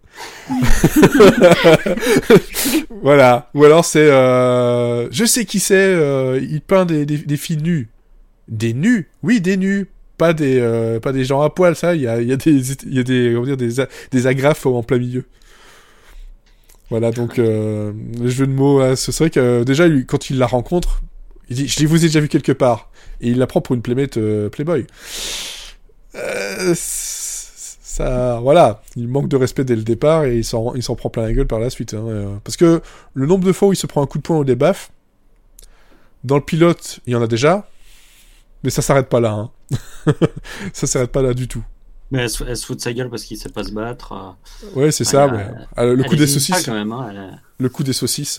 Voilà. Ou alors c'est je sais qui c'est, il peint des filles nues. Des nus? Oui, des nus. Pas des gens à poil, ça. Il y a des comment dire, des agrafes en plein milieu. Voilà, donc le jeu de mots, hein, c'est vrai que déjà lui, quand il la rencontre, il dit je vous ai déjà vu quelque part, et il la prend pour une playmate Playboy. Ça, voilà, il manque de respect dès le départ, et il s'en prend plein la gueule par la suite, hein, parce que le nombre de fois où il se prend un coup de poing au débaff, dans le pilote, il y en a déjà, mais ça s'arrête pas là, hein. Ça s'arrête pas là du tout. Mais elle se fout de sa gueule parce qu'il sait pas se battre. Ouais, c'est ça, ouais. Le coup des saucisses. Quand même, hein, Le coup des saucisses.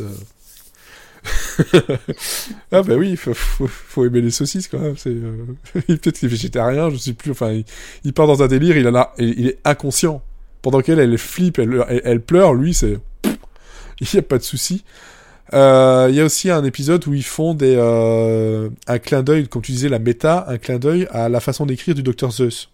Ah bah oui, faut aimer les saucisses quand même. Peut-être qu'il est végétarien, je sais plus. Enfin, il part dans un délire, il est inconscient. Pendant qu'elle flippe, elle pleure, lui, il y a pas de souci. Il y a aussi un épisode où ils font un clin d'œil, comme tu disais, la méta, un clin d'œil à la façon d'écrire du Dr Zeus.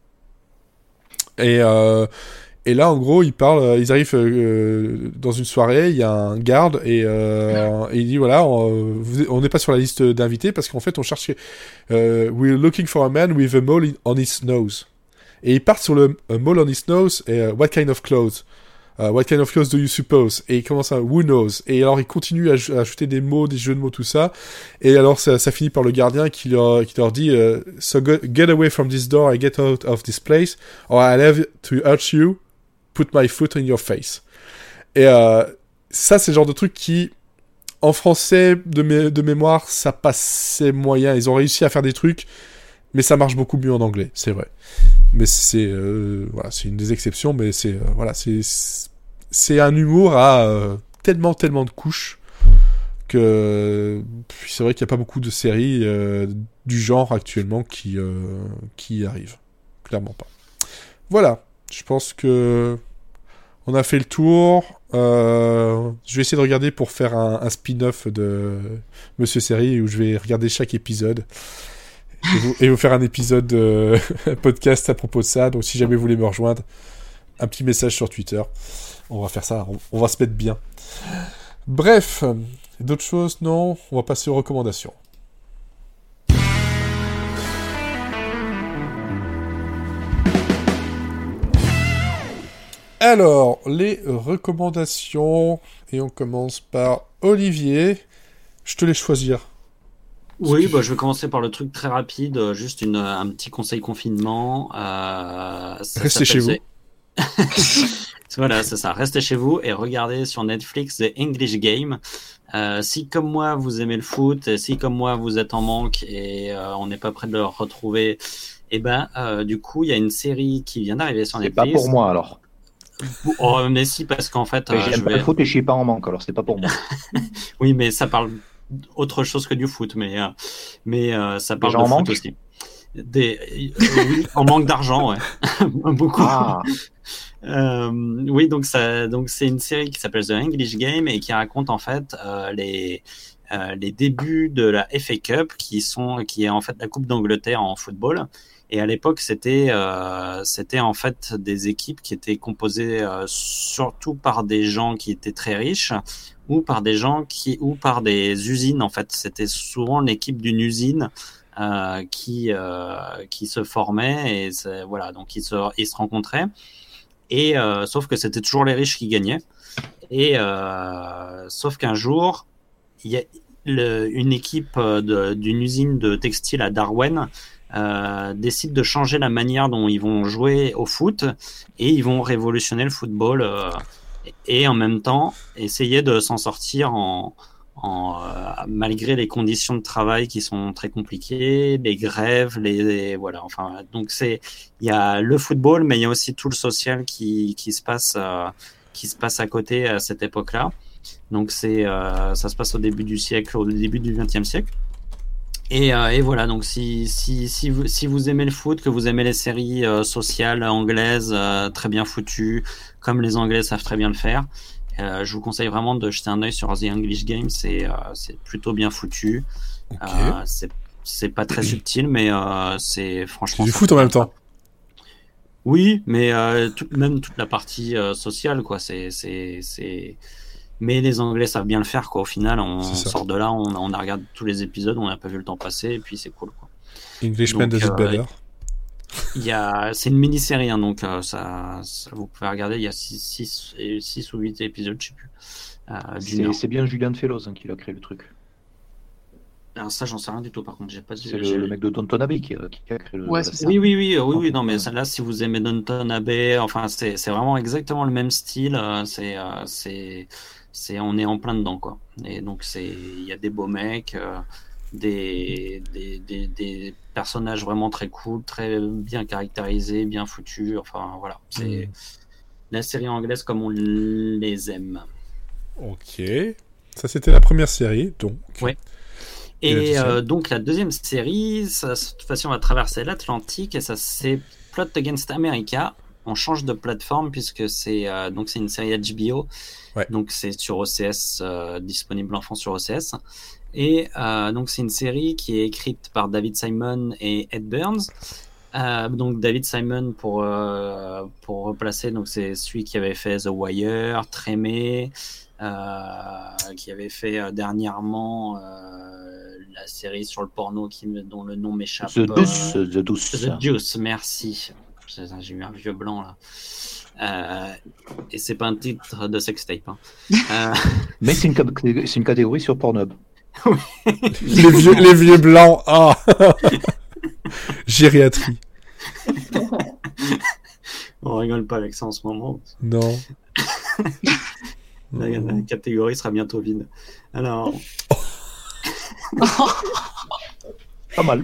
Et là, en gros, ils arrivent dans une soirée, il y a un garde, et il dit, voilà, on n'est pas sur la liste d'invités, parce qu'en fait, on cherche... we're looking for a man with a mole on his nose. Et ils partent sur le mole on his nose, et what kind of clothes? What kind of clothes do you suppose? Et il commence à who knows? Et alors, il continue à ajouter des mots, des jeux de mots, tout ça. Et alors, ça finit par le gardien qui leur dit so get away from this door and get out of this place, or I'll have to hurt you, put my foot in your face. Et ça, c'est le genre de truc qui, en français, de mémoire, ça passait moyen. Ils ont réussi à faire des trucs, mais ça marche beaucoup mieux en anglais, c'est vrai. Mais c'est voilà, c'est une des exceptions, mais voilà, c'est un humour à tellement de couches que c'est vrai qu'il n'y a pas beaucoup de séries du genre actuellement qui y arrivent, clairement pas. Voilà, je pense que on a fait le tour. Je vais essayer de regarder pour faire un spin-off de Monsieur Série où je vais regarder chaque épisode. Et vous faire un épisode podcast à propos de ça. Donc si jamais vous voulez me rejoindre, un petit message sur Twitter. On va faire ça, on va se mettre bien. Bref, d'autres choses, non? On va passer aux recommandations. Alors, les recommandations, et on commence par Olivier. Je te laisse choisir. Oui, je vais commencer par le truc très rapide, juste un petit conseil confinement. Restez chez vous. Voilà, c'est ça. Restez chez vous et regardez sur Netflix The English Game. Si comme moi vous aimez le foot, si comme moi vous êtes en manque et on n'est pas prêt de le retrouver, du coup il y a une série qui vient d'arriver sur Netflix. C'est pas pour moi alors. Oh, mais si, parce qu'en fait, j'aime pas le foot et je suis pas en manque, alors c'est pas pour moi. Oui, mais ça parle autre chose que du foot, mais ça parle de foot aussi. Oui, en manque d'argent, ouais. Beaucoup. Ah. Oui, donc c'est une série qui s'appelle The English Game et qui raconte en fait les débuts de la FA Cup qui est en fait la Coupe d'Angleterre en football. Et à l'époque, c'était en fait des équipes qui étaient composées surtout par des gens qui étaient très riches ou par des usines. En fait, c'était souvent l'équipe d'une usine qui se formait et voilà, donc ils se rencontraient. Et sauf que c'était toujours les riches qui gagnaient. Et sauf qu'un jour, il y a une équipe d'une usine de textile à Darwen décide de changer la manière dont ils vont jouer au foot et ils vont révolutionner le football et en même temps essayer de s'en sortir malgré les conditions de travail qui sont très compliquées, les grèves, voilà. Enfin, donc il y a le football, mais il y a aussi tout le social qui se passe à côté à cette époque-là. Donc ça se passe au début du siècle, au début du XXe siècle. Et voilà, donc si vous aimez le foot, que vous aimez les séries sociales anglaises très bien foutues, comme les Anglais savent très bien le faire, je vous conseille vraiment de jeter un œil sur The English Game. C'est plutôt bien foutu. Okay. C'est pas très subtil, mais c'est franchement. C'est du foot en même temps. Oui, mais même toute la partie sociale, quoi. Mais les Anglais savent bien le faire, quoi. Au final, on sort de là, on a regardé tous les épisodes, on n'a pas vu le temps passer, et puis c'est cool, quoi. Englishman does it better. C'est une mini-série, hein, donc ça, vous pouvez regarder. Il y a 6 ou 8 épisodes, je sais plus. C'est bien Julian Fellows qui a créé le truc. Alors ça, j'en sais rien du tout. Par contre, j'ai pas. C'est le mec de Downton Abbey qui a créé le. Ouais, oui. Non, mais là, si vous aimez Downton Abbey, enfin, c'est vraiment exactement le même style. On est en plein dedans, quoi. Et donc il y a des beaux mecs, des personnages vraiment très cool, très bien caractérisés, bien foutus. Enfin, voilà. C'est la série anglaise comme on les aime. Ok. Ça, c'était la première série, donc. Ouais. Et donc la deuxième série, cette fois-ci on va traverser l'Atlantique et ça c'est Plot Against America. On change de plateforme puisque c'est une série HBO, donc c'est sur OCS, disponible en France sur OCS. Et donc c'est une série qui est écrite par David Simon et Ed Burns. Donc David Simon pour replacer, donc c'est celui qui avait fait The Wire, Trémé, qui avait fait dernièrement la série sur le porno dont le nom m'échappe. The Deuce, merci. J'ai eu un vieux blanc là. Et c'est pas un titre de sextape. Hein. Mais c'est une catégorie sur Pornhub. les vieux blancs. Ah. Gériatrie. On rigole pas avec ça en ce moment. Non. La catégorie sera bientôt vide. Alors. Pas mal.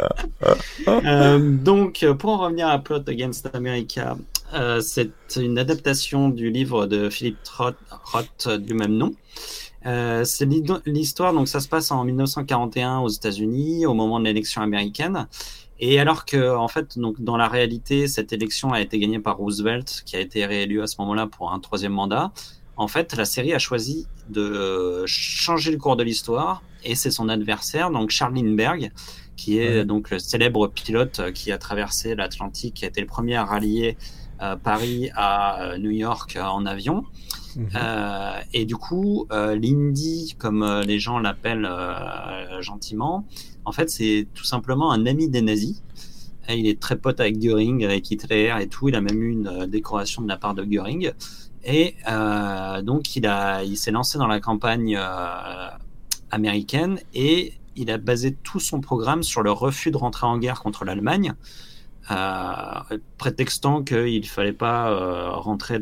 Donc, pour en revenir à Plot Against America, c'est une adaptation du livre de Philip Roth du même nom. C'est l'histoire, donc ça se passe en 1941 aux États-Unis, au moment de l'élection américaine. Et alors que, en fait, donc dans la réalité, cette élection a été gagnée par Roosevelt, qui a été réélu à ce moment-là pour un 3e mandat. En fait, la série a choisi de changer le cours de l'histoire, et c'est son adversaire, donc Charles Lindbergh, qui est donc le célèbre pilote qui a traversé l'Atlantique, qui a été le premier à rallier Paris à New York en avion. Et du coup, Lindy, comme les gens l'appellent gentiment, en fait, c'est tout simplement un ami des nazis. Et il est très pote avec Göring, avec Hitler et tout. Il a même eu une décoration de la part de Göring. Et donc, il s'est lancé dans la campagne américaine et il a basé tout son programme sur le refus de rentrer en guerre contre l'Allemagne, prétextant qu'il fallait pas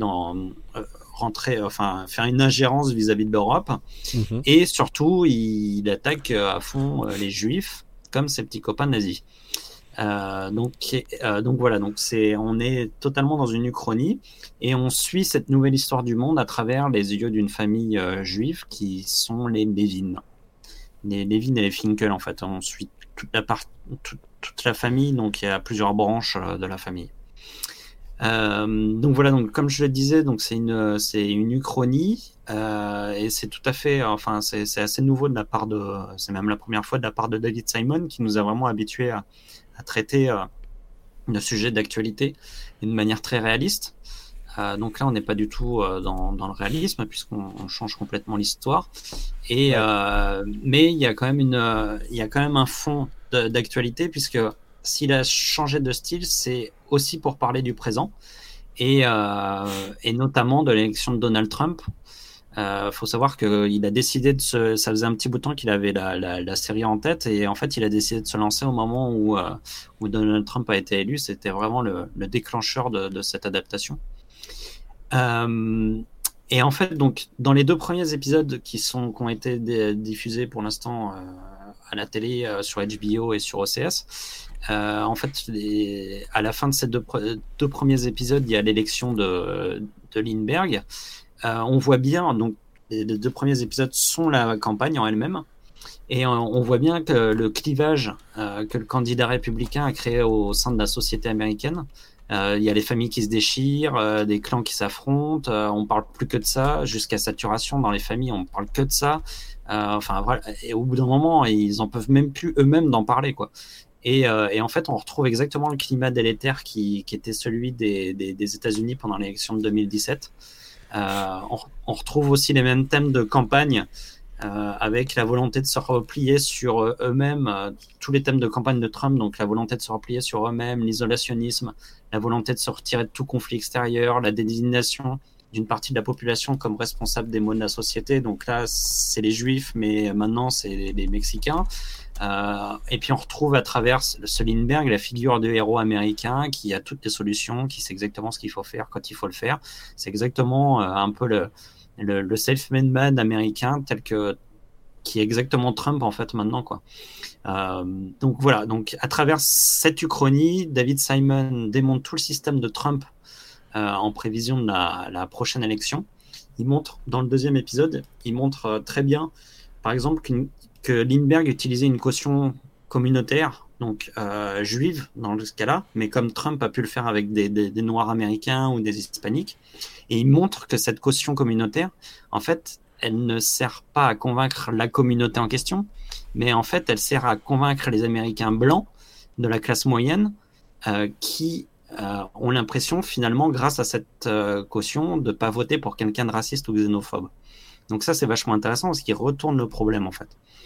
faire une ingérence vis-à-donc de l'Europe. Et surtout, il attaque à fond les Juifs comme ses petits copains nazis. Donc voilà, on est totalement dans une uchronie et on suit cette nouvelle histoire du monde à travers les yeux d'une famille juive qui sont les Levin. Les Levin et les Finkel, en fait. On suit toute la famille, donc il y a plusieurs branches de la famille. Donc voilà, donc comme je le disais, donc c'est une uchronie et c'est tout à fait, c'est assez nouveau c'est même la première fois de la part de David Simon qui nous a vraiment habitués à traiter de sujets d'actualité d'une manière très réaliste. Donc là, on n'est pas du tout dans le réalisme puisqu'on change complètement l'histoire. Et mais il y a quand même un fond d'actualité puisque s'il a changé de style, c'est aussi pour parler du présent et notamment de l'élection de Donald Trump. Faut savoir qu'il a décidé ça faisait un petit bout de temps qu'il avait la série en tête et en fait il a décidé de se lancer au moment où Donald Trump a été élu. C'était vraiment le déclencheur de cette adaptation. Et en fait, donc dans les 2 premiers épisodes qui ont été diffusés pour l'instant à la télé sur HBO et sur OCS, en fait, à la fin de ces deux premiers épisodes, il y a l'élection de Lindbergh. On voit bien, donc les 2 premiers épisodes sont la campagne en elle-même. Et on voit bien que le clivage que le candidat républicain a créé au sein de la société américaine, il y a les familles qui se déchirent, des clans qui s'affrontent, on parle plus que de ça, jusqu'à saturation dans les familles, on parle que de ça. Voilà, et au bout d'un moment, ils en peuvent même plus eux-mêmes d'en parler, quoi. Et en fait, on retrouve exactement le climat délétère qui était celui des États-Unis pendant l'élection de 2017. On retrouve aussi les mêmes thèmes de campagne, avec la volonté de se replier sur eux-mêmes, tous les thèmes de campagne de Trump, donc la volonté de se replier sur eux-mêmes, l'isolationnisme, la volonté de se retirer de tout conflit extérieur, la désignation d'une partie de la population comme responsable des maux de la société. Donc là, c'est les Juifs, mais maintenant, c'est les Mexicains. Et puis on retrouve à travers ce Lindbergh la figure du héros américain qui a toutes les solutions, qui sait exactement ce qu'il faut faire quand il faut le faire. C'est exactement un peu le self-made man américain qui est exactement Trump en fait maintenant, quoi. Donc voilà, donc à travers cette uchronie, David Simon démonte tout le système de Trump en prévision de la prochaine élection. Il montre dans le 2e épisode, il montre très bien, par exemple, que Lindbergh utilisait une caution communautaire, donc juive dans ce cas-là, mais comme Trump a pu le faire avec des Noirs américains ou des Hispaniques. Et il montre que cette caution communautaire, en fait, elle ne sert pas à convaincre la communauté en question, mais en fait, elle sert à convaincre les Américains blancs de la classe moyenne qui ont l'impression, finalement, grâce à cette caution, de ne pas voter pour quelqu'un de raciste ou xénophobe. Donc ça, c'est vachement intéressant parce qu'il retourne le problème, en fait.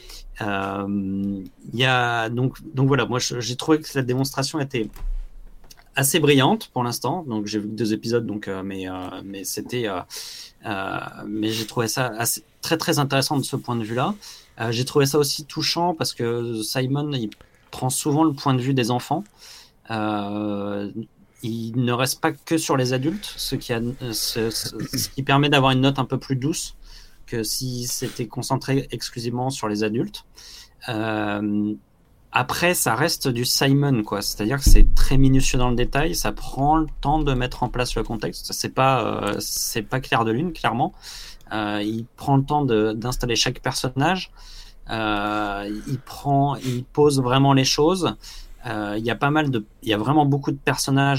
Donc voilà, moi, j'ai trouvé que cette démonstration était assez brillante pour l'instant. Donc j'ai vu que 2 épisodes, donc mais j'ai trouvé ça très très intéressant de ce point de vue-là. J'ai trouvé ça aussi touchant parce que Simon, il prend souvent le point de vue des enfants. Il ne reste pas que sur les adultes, ce qui permet d'avoir une note un peu plus douce que si c'était concentré exclusivement sur les adultes. Après, ça reste du Simon, quoi. C'est-à-dire que c'est très minutieux dans le détail, ça prend le temps de mettre en place le contexte. C'est pas clair de lune, clairement. Il prend le temps d'installer chaque personnage. Il pose vraiment les choses. Il y a vraiment beaucoup de personnages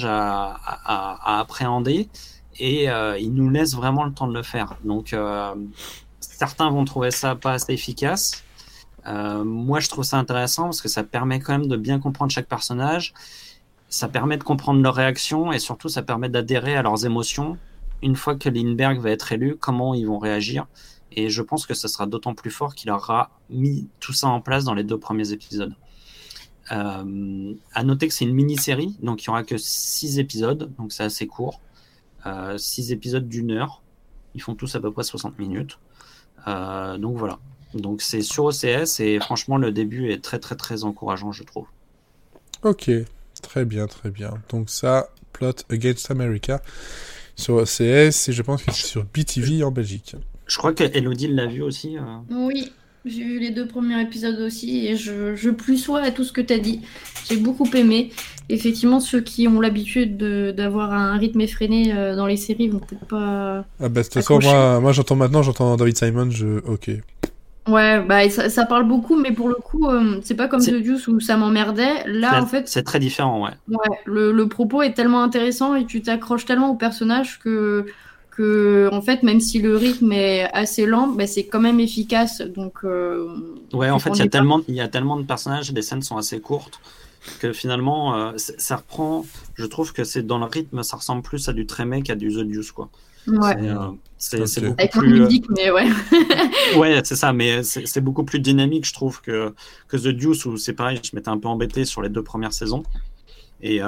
à appréhender et il nous laisse vraiment le temps de le faire. Donc, certains vont trouver ça pas assez efficace. Moi, je trouve ça intéressant parce que ça permet quand même de bien comprendre chaque personnage. Ça permet de comprendre leurs réactions et surtout, ça permet d'adhérer à leurs émotions. Une fois que Lindbergh va être élu, comment ils vont réagir. Et je pense que ce sera d'autant plus fort qu'il aura mis tout ça en place dans les 2 premiers épisodes. À noter que c'est une mini-série, donc il n'y aura que 6 épisodes, donc c'est assez court. 6 épisodes d'1 heure. Ils font tous à peu près 60 minutes. Donc voilà. Donc c'est sur OCS et franchement le début est très très très encourageant, je trouve. Ok, très bien, très bien. Donc ça, Plot Against America sur OCS et je pense que c'est sur BTV en Belgique. Je crois que Elodie l'a vu aussi. Oui, j'ai vu les 2 premiers épisodes aussi et je plus sois à tout ce que tu as dit. J'ai beaucoup aimé. Effectivement, ceux qui ont l'habitude d'avoir un rythme effréné dans les séries vont peut-être pas. Ah bah de toute façon, moi j'entends David Simon, ok. Ouais, bah ça parle beaucoup, mais pour le coup, c'est pas comme The Deuce où ça m'emmerdait. Là, en fait, c'est très différent, ouais. Ouais, le propos est tellement intéressant et tu t'accroches tellement au personnage que en fait, même si le rythme est assez lent, bah, c'est quand même efficace. Donc, ouais, en fait, il y a tellement de personnages, les scènes sont assez courtes que finalement, ça reprend. Je trouve que c'est dans le rythme, ça ressemble plus à du Tremé qu'à du The Deuce, quoi. Ouais. C'est beaucoup avec plus musique, mais ouais. Ouais, c'est ça, mais c'est beaucoup plus dynamique, je trouve, que The Deuce, où c'est pareil, je m'étais un peu embêté sur les 2 premières saisons. Et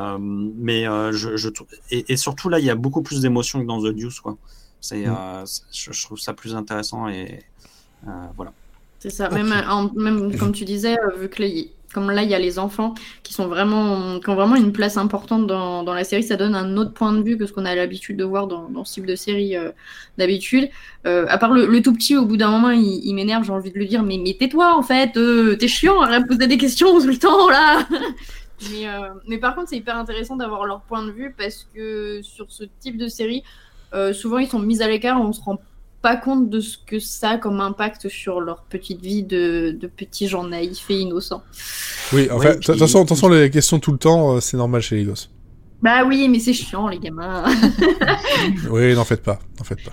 et surtout là, il y a beaucoup plus d'émotions que dans The Deuce, quoi. Je trouve ça plus intéressant et voilà. C'est ça. Même comme tu disais, vu que comme là il y a les enfants qui ont vraiment une place importante dans la série, ça donne un autre point de vue que ce qu'on a l'habitude de voir dans ce type de série d'habitude. À part le tout petit, au bout d'un moment, il m'énerve, j'ai envie de lui dire mais tais-toi en fait, t'es chiant, arrête de poser des questions tout le temps là. Mais par contre, c'est hyper intéressant d'avoir leur point de vue parce que sur ce type de série, souvent ils sont mis à l'écart, on se rend pas compte de ce que ça a comme impact sur leur petite vie de petits gens naïfs et innocents. Oui, en fait, attention, les questions tout le temps, c'est normal chez les gosses. Bah oui, mais c'est chiant, les gamins. Oui, n'en faites pas.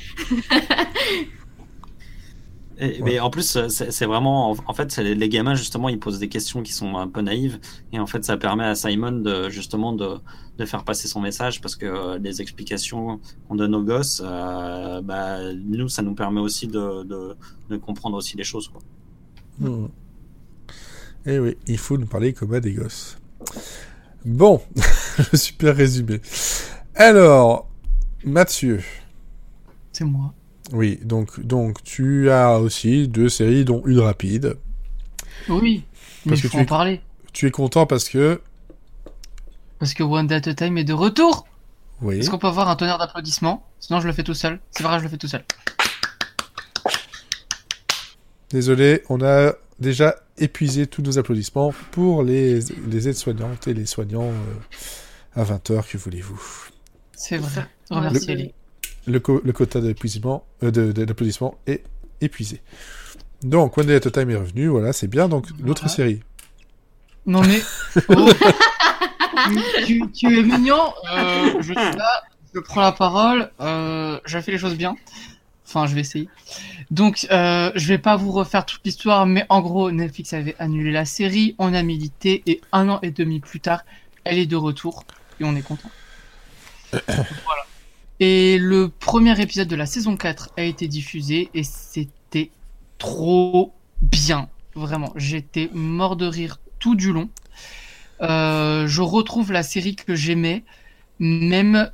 Mais en plus, c'est vraiment... En fait, les gamins, justement, ils posent des questions qui sont un peu naïves. Et en fait, ça permet à Simon de faire passer son message, parce que les explications qu'on donne aux gosses, nous, ça nous permet aussi de comprendre aussi les choses, quoi. Et oui, il faut nous parler comme à des gosses. Bon, le super résumé. Alors, Mathieu. C'est moi. Oui, donc tu as aussi 2 séries, dont une rapide. Oui, mais il faut en parler. Tu es content parce que One Day at a Time est de retour. Oui. Est-ce qu'on peut avoir un tonnerre d'applaudissements? Sinon, je le fais tout seul. C'est vrai, je le fais tout seul. Désolé, on a déjà épuisé tous nos applaudissements pour les aides-soignantes et les soignants à 20h, que voulez-vous? C'est vrai, remerciez-les. Le quota d'applaudissements est épuisé. Donc, One Day at a Time est revenu, voilà, c'est bien. Donc, l'autre série. Non mais... Oh. tu es mignon, je suis là, je prends la parole, j'ai fait les choses bien. Enfin, je vais essayer. Donc, je vais pas vous refaire toute l'histoire, mais en gros, Netflix avait annulé la série, on a milité, et 1 an et demi plus tard, elle est de retour, et on est content. Voilà. Et le premier épisode de la saison 4 a été diffusé, et c'était trop bien. Vraiment, j'étais mort de rire tout du long. Je retrouve la série que j'aimais, même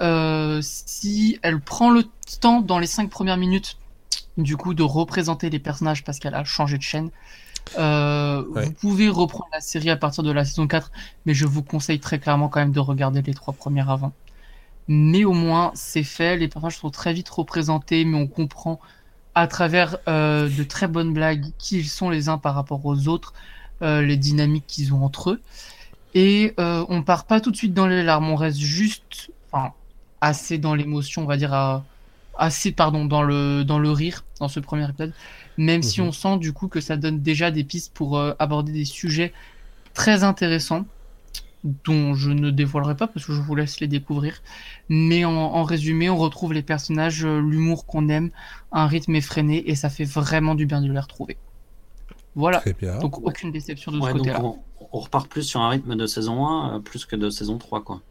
si elle prend le temps dans les 5 premières minutes du coup de représenter les personnages parce qu'elle a changé de chaîne. Vous pouvez reprendre la série à partir de la saison 4, mais je vous conseille très clairement quand même de regarder les 3 premières avant. Mais au moins c'est fait, les personnages sont très vite représentés, mais on comprend à travers de très bonnes blagues qui ils sont les uns par rapport aux autres, les dynamiques qu'ils ont entre eux. Et on part pas tout de suite dans les larmes, on reste juste, assez dans l'émotion, on va dire, dans le rire, dans ce premier épisode, même si on sent du coup que ça donne déjà des pistes pour aborder des sujets très intéressants, dont je ne dévoilerai pas parce que je vous laisse les découvrir. Mais en résumé, on retrouve les personnages, l'humour qu'on aime, un rythme effréné, et ça fait vraiment du bien de les retrouver. Voilà, donc aucune déception de ce côté-là. On repart plus sur un rythme de saison 1 plus que de saison 3, quoi.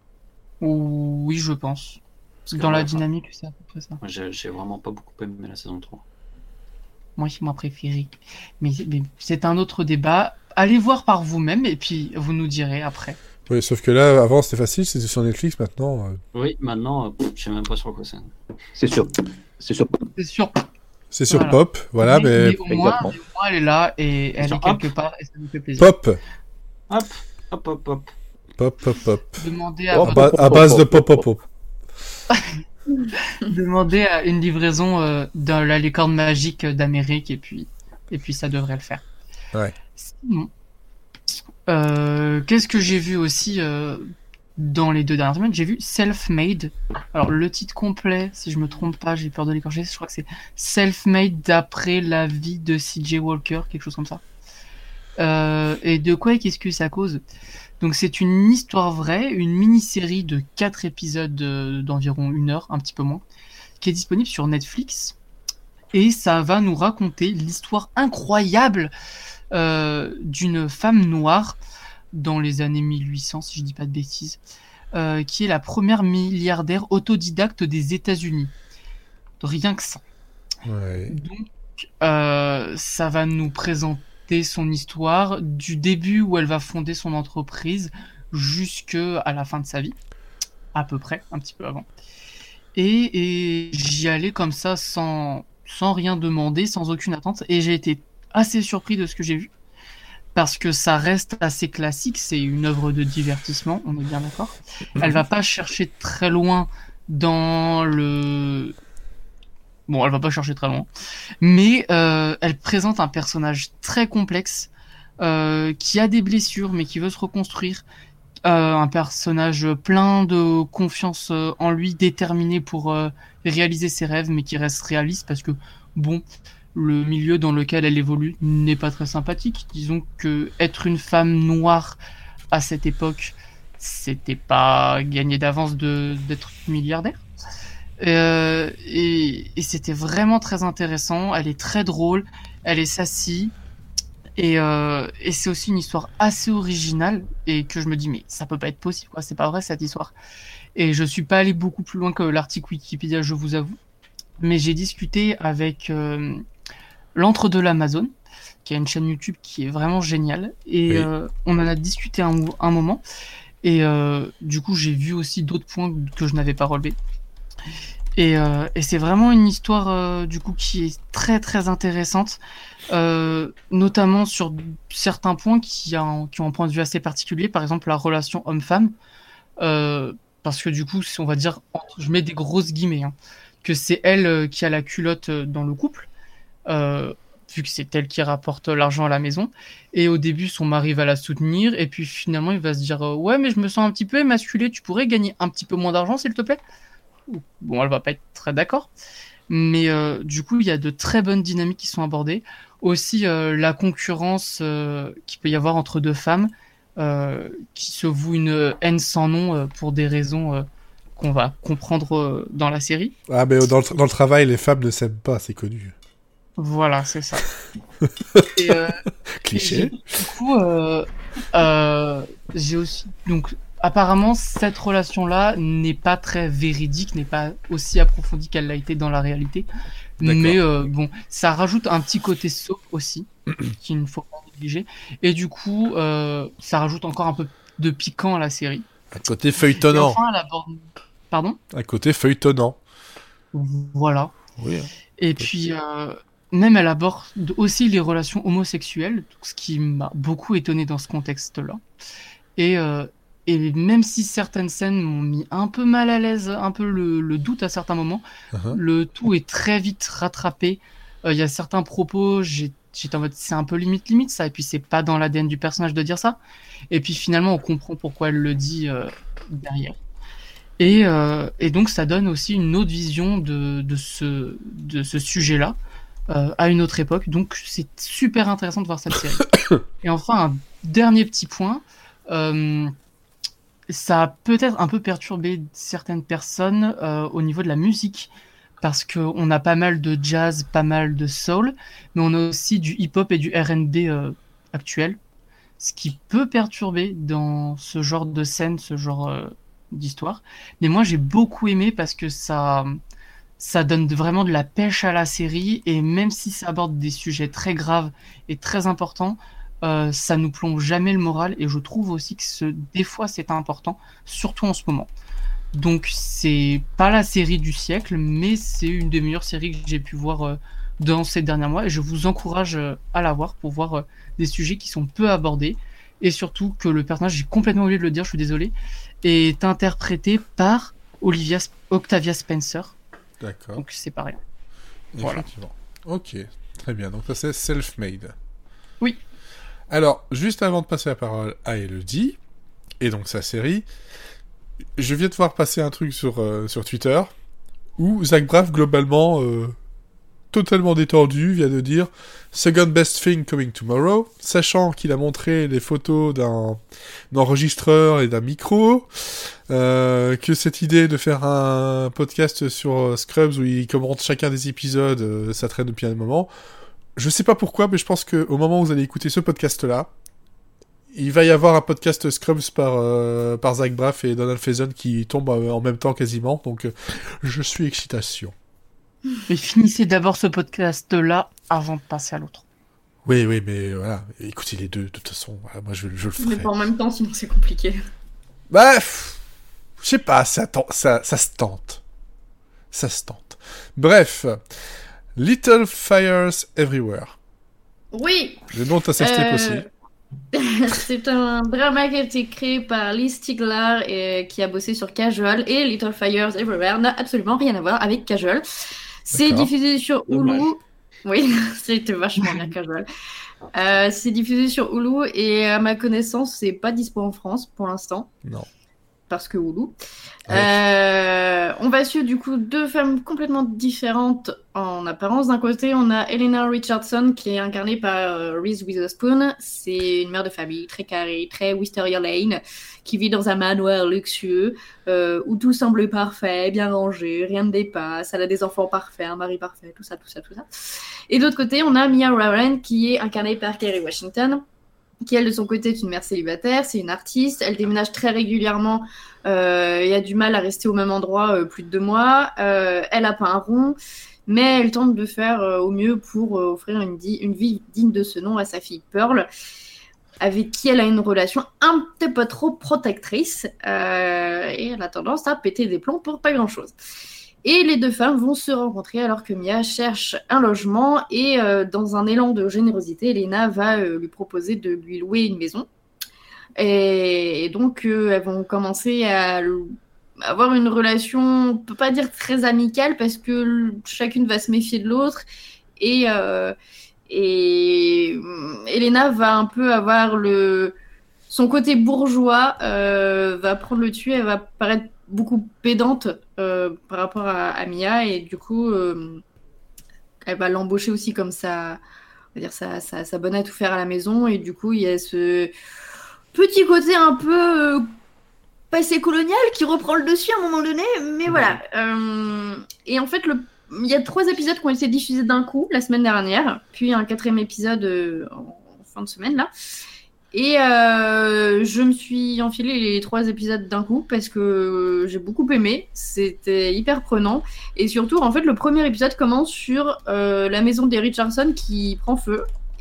Oui, je pense. Dans la dynamique, c'est à peu près ça. J'ai vraiment pas beaucoup aimé la saison 3. Moi, c'est ma préférée. Mais c'est un autre débat. Allez voir par vous-même et puis vous nous direz après. Oui, sauf que là, avant c'était facile, c'était sur Netflix, maintenant... Oui, maintenant, je sais même pas sur quoi c'est. C'est sûr. C'est sûr. C'est sur Pop, voilà, mais... au moins, elle est là et elle est quelque part et ça nous fait plaisir. Pop. Pop. Demandez à base de pop. Demandez à une livraison de la licorne magique d'Amérique et puis ça devrait le faire. Ouais. Sinon, qu'est-ce que j'ai vu aussi dans les 2 dernières semaines? J'ai vu Self-Made. Alors le titre complet, si je me trompe pas, j'ai peur de l'écorcher, je crois que c'est Self-Made d'après la vie de C.J. Walker, quelque chose comme ça. Et de quoi qu'est-ce que ça cause? Donc c'est une histoire vraie, une mini-série de 4 épisodes d'environ 1 heure, un petit peu moins, qui est disponible sur Netflix. Et ça va nous raconter l'histoire incroyable d'une femme noire dans les années 1800, si je dis pas de bêtises, qui est la première milliardaire autodidacte des États-Unis. Rien que ça. Ouais. Donc ça va nous présenter son histoire du début où elle va fonder son entreprise jusqu'à la fin de sa vie, à peu près, un petit peu avant. Et j'y allais comme ça sans rien demander, sans aucune attente, et j'ai été assez surpris de ce que j'ai vu, parce que ça reste assez classique, c'est une œuvre de divertissement, on est bien d'accord. Elle va pas chercher très loin dans le... Bon, elle va pas chercher très loin, mais elle présente un personnage très complexe, qui a des blessures, mais qui veut se reconstruire, un personnage plein de confiance en lui, déterminé pour réaliser ses rêves, mais qui reste réaliste parce que, bon, le milieu dans lequel elle évolue n'est pas très sympathique. Disons que être une femme noire à cette époque, c'était pas gagné d'avance d'être milliardaire. Et c'était vraiment très intéressant. Elle est très drôle, elle est sassy. Et c'est aussi une histoire assez originale et que je me dis mais ça peut pas être possible quoi, c'est pas vrai cette histoire. Et je suis pas allé beaucoup plus loin que l'article Wikipédia, je vous avoue, mais j'ai discuté avec l'Entre de l'Amazon, qui a une chaîne YouTube qui est vraiment géniale, et on en a discuté un moment, et du coup j'ai vu aussi d'autres points que je n'avais pas relevés. Et c'est vraiment une histoire du coup qui est très très intéressante, notamment sur certains points qui ont un point de vue assez particulier, par exemple la relation homme-femme, parce que du coup, on va dire, je mets des grosses guillemets, hein, que c'est elle qui a la culotte dans le couple, vu que c'est elle qui rapporte l'argent à la maison, et au début son mari va la soutenir, et puis finalement il va se dire ouais mais je me sens un petit peu émasculé, tu pourrais gagner un petit peu moins d'argent s'il te plaît. Bon, elle va pas être très d'accord, mais du coup, il y a de très bonnes dynamiques qui sont abordées. Aussi, la concurrence qu'il peut y avoir entre deux femmes qui se vouent une haine sans nom pour des raisons qu'on va comprendre dans la série. Ah, mais dans le travail, les femmes ne s'aiment pas, c'est connu. Voilà, c'est ça. Et, cliché. Du coup, j'ai aussi... Donc, apparemment, cette relation-là n'est pas très véridique, n'est pas aussi approfondie qu'elle l'a été dans la réalité. D'accord. Mais bon, ça rajoute un petit côté soap aussi, qu'il ne faut pas négliger. Et du coup, ça rajoute encore un peu de piquant à la série. Un côté feuilletonnant. Et enfin, elle aborde... Pardon ? Un côté feuilletonnant. Voilà. Oui. Et puis, même elle aborde aussi les relations homosexuelles, ce qui m'a beaucoup étonné dans ce contexte-là. Et même si certaines scènes m'ont mis un peu mal à l'aise, un peu le doute à certains moments, le tout est très vite rattrapé. Il y a certains propos, j'étais en mode c'est un peu limite ça, et puis c'est pas dans l'ADN du personnage de dire ça. Et puis finalement on comprend pourquoi elle le dit derrière. Et donc ça donne aussi une autre vision de ce sujet-là à une autre époque. Donc c'est super intéressant de voir cette série. Et enfin un dernier petit point. Ça a peut-être un peu perturbé certaines personnes au niveau de la musique, parce qu'on a pas mal de jazz, pas mal de soul, mais on a aussi du hip-hop et du R&B actuel, ce qui peut perturber dans ce genre de scène, ce genre d'histoire. Mais moi j'ai beaucoup aimé parce que ça donne vraiment de la pêche à la série, et même si ça aborde des sujets très graves et très importants, ça nous plombe jamais le moral, et je trouve aussi que des fois c'est important, surtout en ce moment. Donc c'est pas la série du siècle, mais c'est une des meilleures séries que j'ai pu voir dans ces derniers mois, et je vous encourage à la voir pour voir des sujets qui sont peu abordés, et surtout que le personnage, j'ai complètement oublié de le dire, je suis désolé, est interprété par Octavia Spencer. D'accord. Donc c'est pas rien. Voilà. Ok, très bien. Donc ça c'est Self-Made. Oui. Alors, juste avant de passer la parole à Elodie, et donc sa série, je viens de voir passer un truc sur Twitter, où Zach Braff, globalement, totalement détendu, vient de dire « Second best thing coming tomorrow », sachant qu'il a montré les photos d'un enregistreur et d'un micro, que cette idée de faire un podcast sur Scrubs où il commente chacun des épisodes, ça traîne depuis un moment. Je sais pas pourquoi, mais je pense qu'au moment où vous allez écouter ce podcast-là, il va y avoir un podcast Scrubs par Zach Braff et Donald Faison qui tombe en même temps quasiment, donc je suis excitation. Mais finissez d'abord ce podcast-là avant de passer à l'autre. Oui, mais voilà, écoutez les deux, de toute façon, voilà, moi je le ferai. Mais pas en même temps, sinon c'est compliqué. Bah, je sais pas, ça se tente. Ça se tente. Bref... Little Fires Everywhere. Oui. Le nom de ta strip aussi. C'est un drama qui a été créé par Lee Stigler et qui a bossé sur Casual, et Little Fires Everywhere n'a absolument rien à voir avec Casual. C'est diffusé sur Hulu. Oui, c'était vachement bien Casual. C'est diffusé sur Hulu et à ma connaissance, c'est pas dispo en France pour l'instant. Non. Parce que Hulu. Ouais. On va suivre du coup deux femmes complètement différentes en apparence. D'un côté, on a Elena Richardson qui est incarnée par Reese Witherspoon. C'est une mère de famille très carrée, très Wisteria Lane, qui vit dans un manoir luxueux où tout semble parfait, bien rangé, rien ne dépasse. Elle a des enfants parfaits, un mari parfait, tout ça. Et de l'autre côté, on a Mia Warren qui est incarnée par Kerry Washington, qui elle de son côté est une mère célibataire, c'est une artiste, elle déménage très régulièrement et a du mal à rester au même endroit plus de 2 mois. Elle a pas un rond, mais elle tente de faire au mieux pour offrir une vie digne de ce nom à sa fille Pearl, avec qui elle a une relation un petit peu trop protectrice et elle a tendance à péter des plombs pour pas grand-chose. Et les deux femmes vont se rencontrer alors que Mia cherche un logement et dans un élan de générosité, Elena va lui proposer de lui louer une maison. Et donc, elles vont commencer à avoir une relation, on ne peut pas dire très amicale parce que chacune va se méfier de l'autre. Et Elena va un peu avoir son côté bourgeois, va prendre le dessus, elle va paraître beaucoup pédante par rapport à Mia et du coup elle va l'embaucher aussi comme ça, on va dire sa bonne à tout faire à la maison et du coup il y a ce petit côté un peu passé colonial qui reprend le dessus à un moment donné, mais voilà. Et en fait il y a 3 épisodes qui ont été diffusés d'un coup la semaine dernière, puis un 4e épisode en fin de semaine là. Et je me suis enfilé les 3 épisodes d'un coup parce que j'ai beaucoup aimé. C'était hyper prenant. Et surtout, en fait, le premier épisode commence sur la maison des Richardson qui prend feu.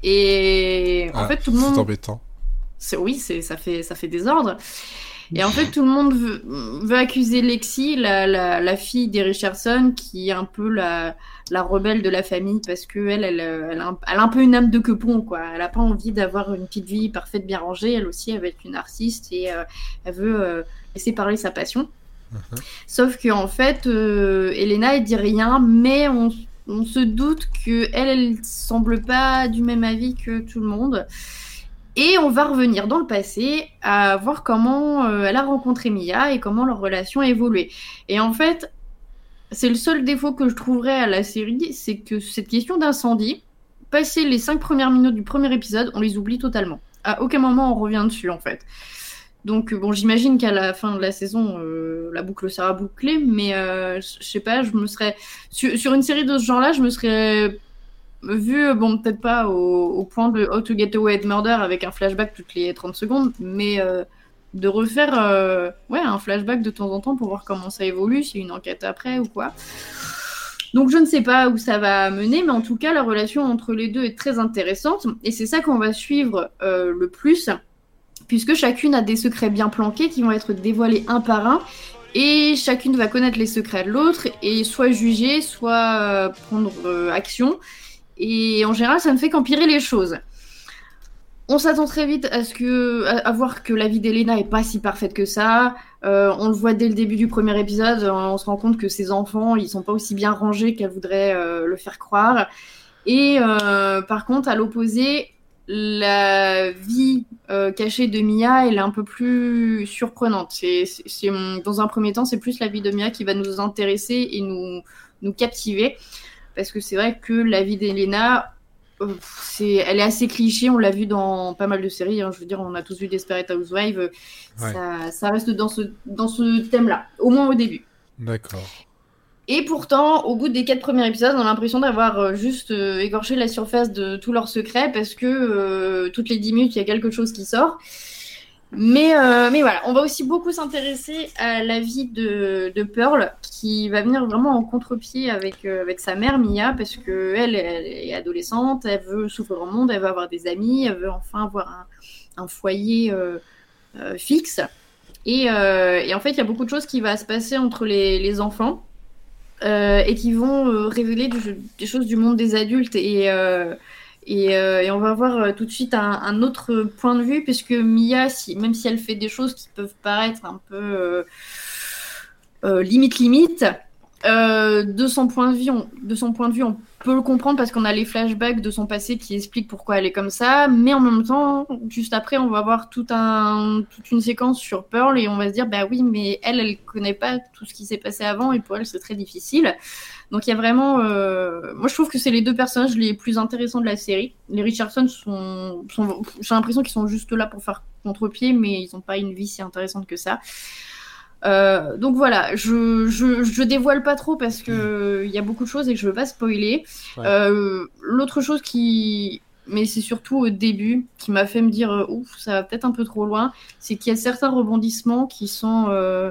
Et en fait, tout le monde... C'est embêtant. Oui, ça fait désordre. Et en fait, tout le monde veut accuser Lexi, la fille des Richardson, qui est un peu la rebelle de la famille, parce qu'elle a un peu une âme de quepon, quoi. Elle n'a pas envie d'avoir une petite vie parfaite, bien rangée. Elle aussi, elle veut être une artiste et elle veut laisser parler sa passion. Uh-huh. Sauf qu'en fait, Elena, elle dit rien, mais on se doute qu'elle semble pas du même avis que tout le monde. Et on va revenir dans le passé à voir comment elle a rencontré Mia et comment leur relation a évolué. Et en fait, c'est le seul défaut que je trouverais à la série, c'est que cette question d'incendie, passer les 5 premières minutes du premier épisode, on les oublie totalement. À aucun moment on revient dessus en fait. Donc bon, j'imagine qu'à la fin de la saison, la boucle sera bouclée, mais je sais pas, je me serais... Sur une série de ce genre-là, je me serais... vu, bon, peut-être pas au point de How to Get Away with Murder avec un flashback toutes les 30 secondes, mais de refaire un flashback de temps en temps pour voir comment ça évolue, s'il y a une enquête après ou quoi. Donc je ne sais pas où ça va mener, mais en tout cas, la relation entre les deux est très intéressante, et c'est ça qu'on va suivre le plus, puisque chacune a des secrets bien planqués qui vont être dévoilés un par un, et chacune va connaître les secrets de l'autre, et soit juger, soit prendre action. Et en général, ça ne fait qu'empirer les choses. On s'attend très vite à voir que la vie d'Elena est pas si parfaite que ça. On le voit dès le début du premier épisode. On se rend compte que ses enfants, ils sont pas aussi bien rangés qu'elle voudrait le faire croire. Et par contre, à l'opposé, la vie cachée de Mia, elle est un peu plus surprenante. Dans un premier temps, c'est plus la vie de Mia qui va nous intéresser et nous captiver. Parce que c'est vrai que la vie d'Elena, elle est assez cliché, on l'a vu dans pas mal de séries, hein. Je veux dire, on a tous vu Desperate Housewives, ouais. Ça reste dans ce thème-là, au moins au début. D'accord. Et pourtant, au bout des 4 premiers épisodes, on a l'impression d'avoir juste égorgé la surface de tous leurs secrets, parce que toutes les 10 minutes, il y a quelque chose qui sort. Mais voilà, on va aussi beaucoup s'intéresser à la vie de Pearl, qui va venir vraiment en contre-pied avec sa mère Mia, parce qu'elle est adolescente, elle veut s'ouvrir au monde, elle veut avoir des amis, elle veut enfin avoir un foyer fixe. Et en fait, il y a beaucoup de choses qui vont se passer entre les enfants et qui vont révéler des choses du monde des adultes. Et on va voir tout de suite un autre point de vue, puisque Mia, même si elle fait des choses qui peuvent paraître un peu limite, De son point de vue, on peut le comprendre parce qu'on a les flashbacks de son passé qui expliquent pourquoi elle est comme ça, mais en même temps, juste après, on va avoir toute une séquence sur Pearl et on va se dire, bah oui, mais elle connaît pas tout ce qui s'est passé avant et pour elle, c'est très difficile. Donc il y a vraiment... Moi, je trouve que c'est les deux personnages les plus intéressants de la série. Les Richardson j'ai l'impression qu'ils sont juste là pour faire contre-pied, mais ils n'ont pas une vie si intéressante que ça. Donc voilà, je dévoile pas trop parce que il y a beaucoup de choses et que je veux pas spoiler. Ouais. L'autre chose mais c'est surtout au début qui m'a fait me dire ouf, ça va peut-être un peu trop loin, c'est qu'il y a certains rebondissements qui sont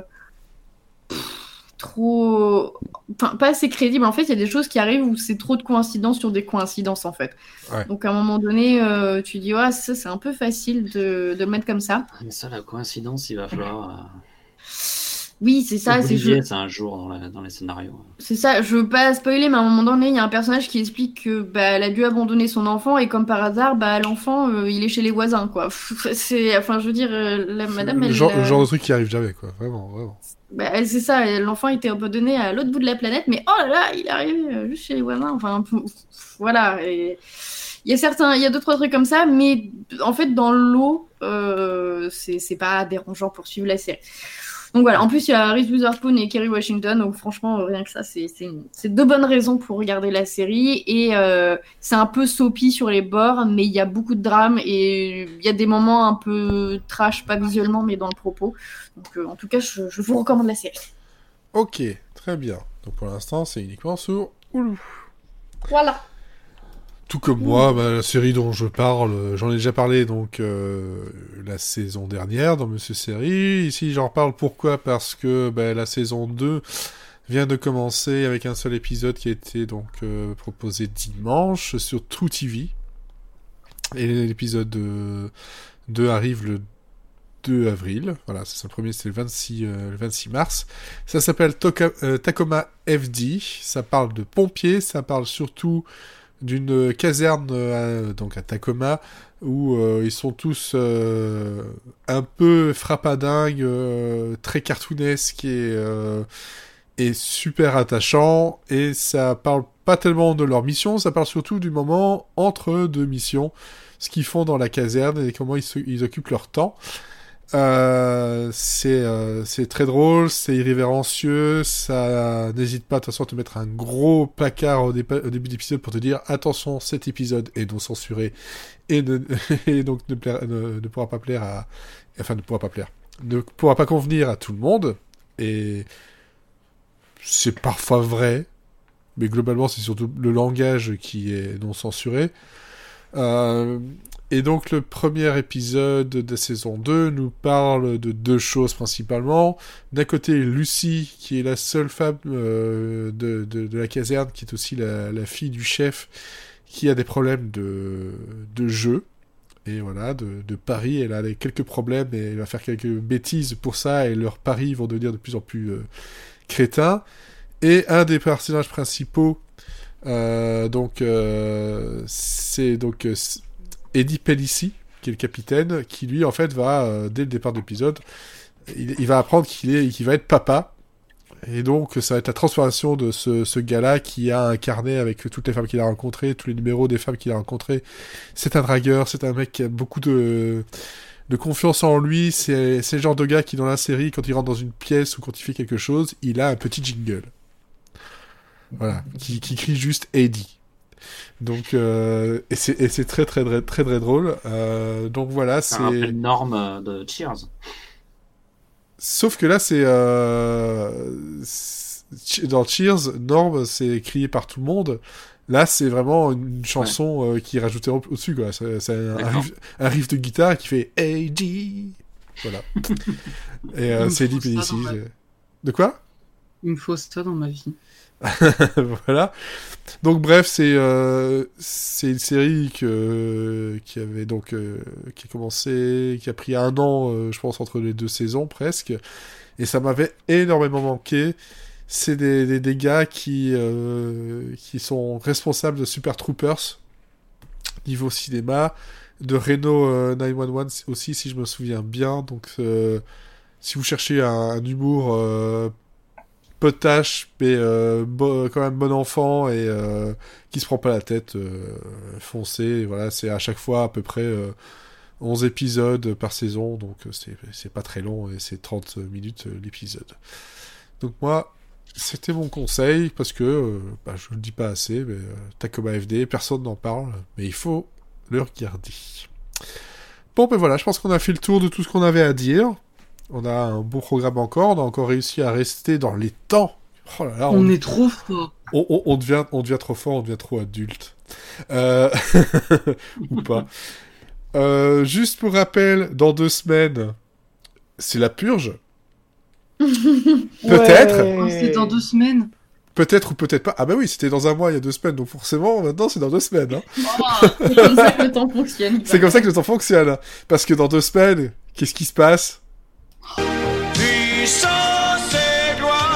trop, enfin pas assez crédibles. En fait, il y a des choses qui arrivent où c'est trop de coïncidences sur des coïncidences en fait. Ouais. Donc à un moment donné, tu dis ouais, ça c'est un peu facile de le mettre comme ça. Mais ça, la coïncidence, il va falloir. Oui, c'est ça. C'est un jour dans les scénarios. C'est ça, je veux pas spoiler, mais à un moment donné, il y a un personnage qui explique que elle a dû abandonner son enfant et comme par hasard, l'enfant, il est chez les voisins, quoi. Enfin, je veux dire, la madame, le genre de truc qui arrive jamais, quoi. Vraiment, vraiment. C'est ça, l'enfant était abandonné à l'autre bout de la planète, mais oh là là, il est arrivé juste chez les voisins. Enfin, voilà. Et... Il y a 2-3 trucs comme ça, mais en fait, dans l'eau, c'est pas dérangeant pour suivre la série. Donc voilà, en plus il y a Reese Witherspoon et Kerry Washington, donc franchement rien que ça, c'est 2 bonnes raisons pour regarder la série, et c'est un peu soapy sur les bords, mais il y a beaucoup de drame, et il y a des moments un peu trash, pas visuellement, mais dans le propos. Donc en tout cas, je vous recommande la série. Ok, très bien. Donc pour l'instant, c'est uniquement sur Hulu. Voilà. Tout comme moi, la série dont je parle, j'en ai déjà parlé donc la saison dernière dans Monsieur Série. Ici, j'en reparle pourquoi ? Parce que la saison 2 vient de commencer avec un seul épisode qui a été donc proposé dimanche sur True TV. Et l'épisode 2 arrive le 2 avril. Voilà, c'est le premier, c'est le 26 mars. Ça s'appelle Tacoma FD. Ça parle de pompiers, ça parle surtout d'une caserne donc à Tacoma où ils sont tous un peu frappadingues, très cartoonesques et super attachants, et ça parle pas tellement de leur mission, ça parle surtout du moment entre 2 missions, ce qu'ils font dans la caserne et comment ils occupent leur temps. C'est très drôle, c'est irrévérencieux, ça n'hésite pas de toute façon à te mettre un gros placard au début d'épisode pour te dire attention, cet épisode est non censuré et donc ne pourra pas plaire ne pourra pas convenir à tout le monde, et c'est parfois vrai, mais globalement c'est surtout le langage qui est non censuré. Et donc le premier épisode de la saison 2 nous parle de 2 choses principalement. D'un côté, Lucy, qui est la seule femme de la caserne, qui est aussi la fille du chef, qui a des problèmes de jeu. Et voilà, de paris, elle a quelques problèmes et elle va faire quelques bêtises pour ça, et leurs paris vont devenir de plus en plus crétins. Et un des personnages principaux, c'est donc Eddie Pellici, qui est le capitaine, qui lui en fait va, dès le départ de l'épisode, il va apprendre qu'il va être papa, et donc ça va être la transformation de ce gars-là qui a un carnet avec toutes les femmes qu'il a rencontrées, tous les numéros des femmes qu'il a rencontrées. C'est un dragueur, c'est un mec qui a beaucoup de confiance en lui, c'est le genre de gars qui dans la série, quand il rentre dans une pièce ou quand il fait quelque chose, il a un petit jingle. Voilà, qui crie juste Eddie. Donc et c'est très très très très très drôle. Donc voilà, c'est un peu Norm de Cheers. Sauf que là c'est dans Cheers, Norm c'est crié par tout le monde. Là c'est vraiment une chanson qui est rajoutée au-dessus, quoi. C'est un riff de guitare qui fait Eddie. Voilà. Et c'est Eddie Pellici. De quoi ? Il me faut ça dans ma vie. Voilà. Donc bref, c'est une série qui avait donc qui a commencé, qui a pris 1 an, je pense, entre les 2 saisons presque, et ça m'avait énormément manqué. C'est des gars qui sont responsables de Super Troopers niveau cinéma, de Reno 911 aussi, si je me souviens bien. Donc si vous cherchez un humour potache, mais quand même bon enfant et qui se prend pas la tête, foncé. Voilà, c'est à chaque fois à peu près 11 épisodes par saison, donc c'est pas très long et c'est 30 minutes l'épisode. Donc moi, c'était mon conseil parce que je le dis pas assez, mais Tacoma FD, personne n'en parle, mais il faut le regarder. Bon, ben voilà, je pense qu'on a fait le tour de tout ce qu'on avait à dire. On a un bon programme encore, on a encore réussi à rester dans les temps. Oh là là, on est trop fort. On devient trop fort, on devient trop adulte. Ou pas. Juste pour rappel, dans 2 semaines, c'est la purge. Peut-être. Oh, c'est dans 2 semaines. Peut-être ou peut-être pas. Ah bah oui, c'était dans 1 mois il y a 2 semaines, donc forcément, maintenant c'est dans 2 semaines. Hein. Oh, c'est comme ça que le temps fonctionne. C'est comme ça que le temps fonctionne. Hein. Parce que dans 2 semaines, qu'est-ce qui se passe ? Puissance et gloire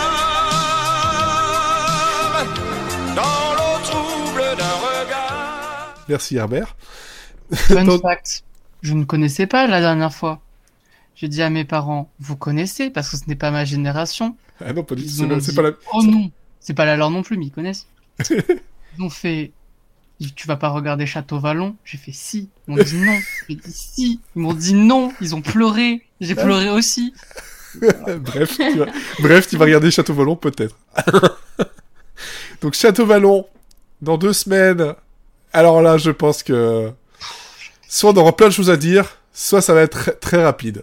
dans l'eau trouble d'un regard. Merci Herbert. Fun fact, je ne connaissais pas la dernière fois. J'ai dit à mes parents, vous connaissez, parce que ce n'est pas ma génération. Ah non, pas du tout, C'est pas la... Oh non, c'est pas la leur non plus, mais ils connaissent. Ils ont fait, tu vas pas regarder Château Vallon? J'ai fait si. Ils m'ont dit non. J'ai dit si. Ils m'ont dit non. Ils ont pleuré. J'ai pleuré aussi. Bref, tu vas regarder Château Vallon peut-être. Donc Château Vallon, dans 2 semaines. Alors là, je pense que soit on aura plein de choses à dire, soit ça va être très, très rapide.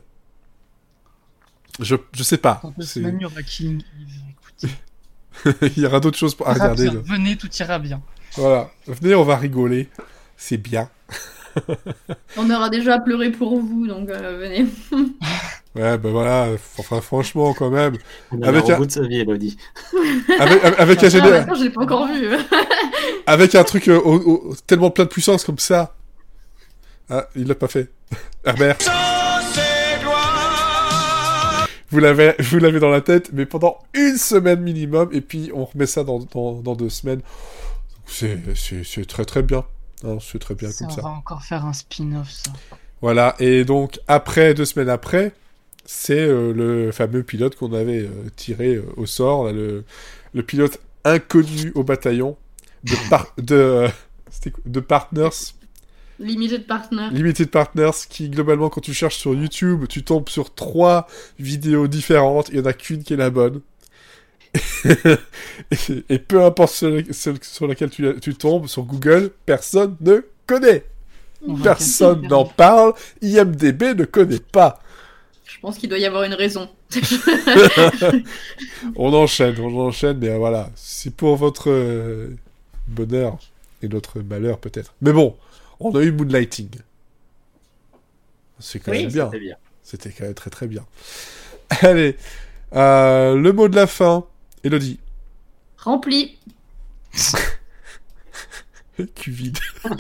Je sais pas. Dans 2 semaines, il y aura Killing Eve. Écoutez. Il y aura d'autres choses à regarder. Venez, tout ira bien. Voilà. Venez, on va rigoler. C'est bien. On aura déjà pleuré pour vous, donc venez. Ouais, ben voilà. Enfin, franchement, quand même. Avec un bout de sa vie, Elodie. Avec un général. Je l'ai pas encore vu. Avec un truc tellement plein de puissance comme ça. Ah, il l'a pas fait. Herbert. Vous l'avez dans la tête, mais pendant 1 semaine minimum, et puis on remet ça dans 2 semaines. C'est très très bien. Non, c'est très bien comme ça. On va encore faire un spin-off, ça. Voilà, et donc après, 2 semaines après, c'est le fameux pilote qu'on avait tiré au sort, là, le pilote inconnu au bataillon de Partners. Limited Partners, qui globalement, quand tu cherches sur YouTube, tu tombes sur 3 vidéos différentes, il n'y en a qu'une qui est la bonne. et peu importe celle sur laquelle tu tombes, sur Google, personne ne connaît. Personne n'en parle, IMDb ne connaît pas. Je pense qu'il doit y avoir une raison. On enchaîne, mais voilà, c'est pour votre bonheur et notre malheur peut-être. Mais bon, on a eu Moonlighting. C'est quand même bien. C'était quand même très très bien. Allez, le mot de la fin, Elodie. Rempli. Cul vide.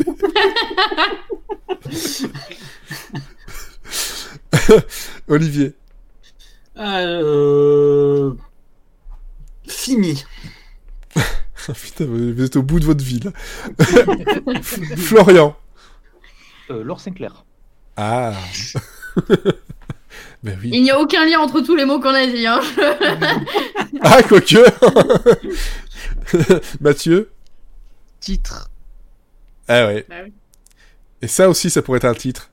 Olivier. Fini. Putain, vous êtes au bout de votre vie, là. Florian. Laure Sinclair. Ah. Ben oui. Il n'y a aucun lien entre tous les mots qu'on a dit. Hein. Ah, quoique. Mathieu. Titre. Ah ouais. Bah oui. Et ça aussi, ça pourrait être un titre.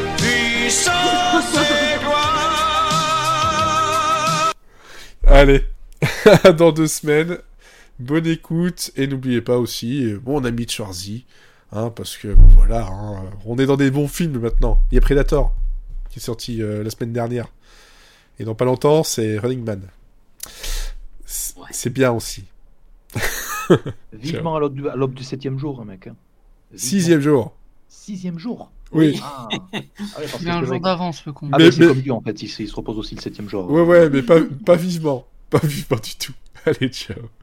Allez, dans 2 semaines. Bonne écoute, et n'oubliez pas aussi mon ami Schwarzy, hein, parce que voilà, hein, on est dans des bons films maintenant. Il y a Predator, qui est sorti la semaine dernière. Et dans pas longtemps, c'est Running Man. C'est bien aussi. Vivement à l'aube du 7e jour, hein, mec. 6e jour. 6e jour. Oui. Ah. Il y a un jour d'avance, le con. Ah, mais c'est comme lui, en fait, il se repose aussi le 7e jour. Ouais, mais pas vivement. Pas vivement du tout. Allez, ciao.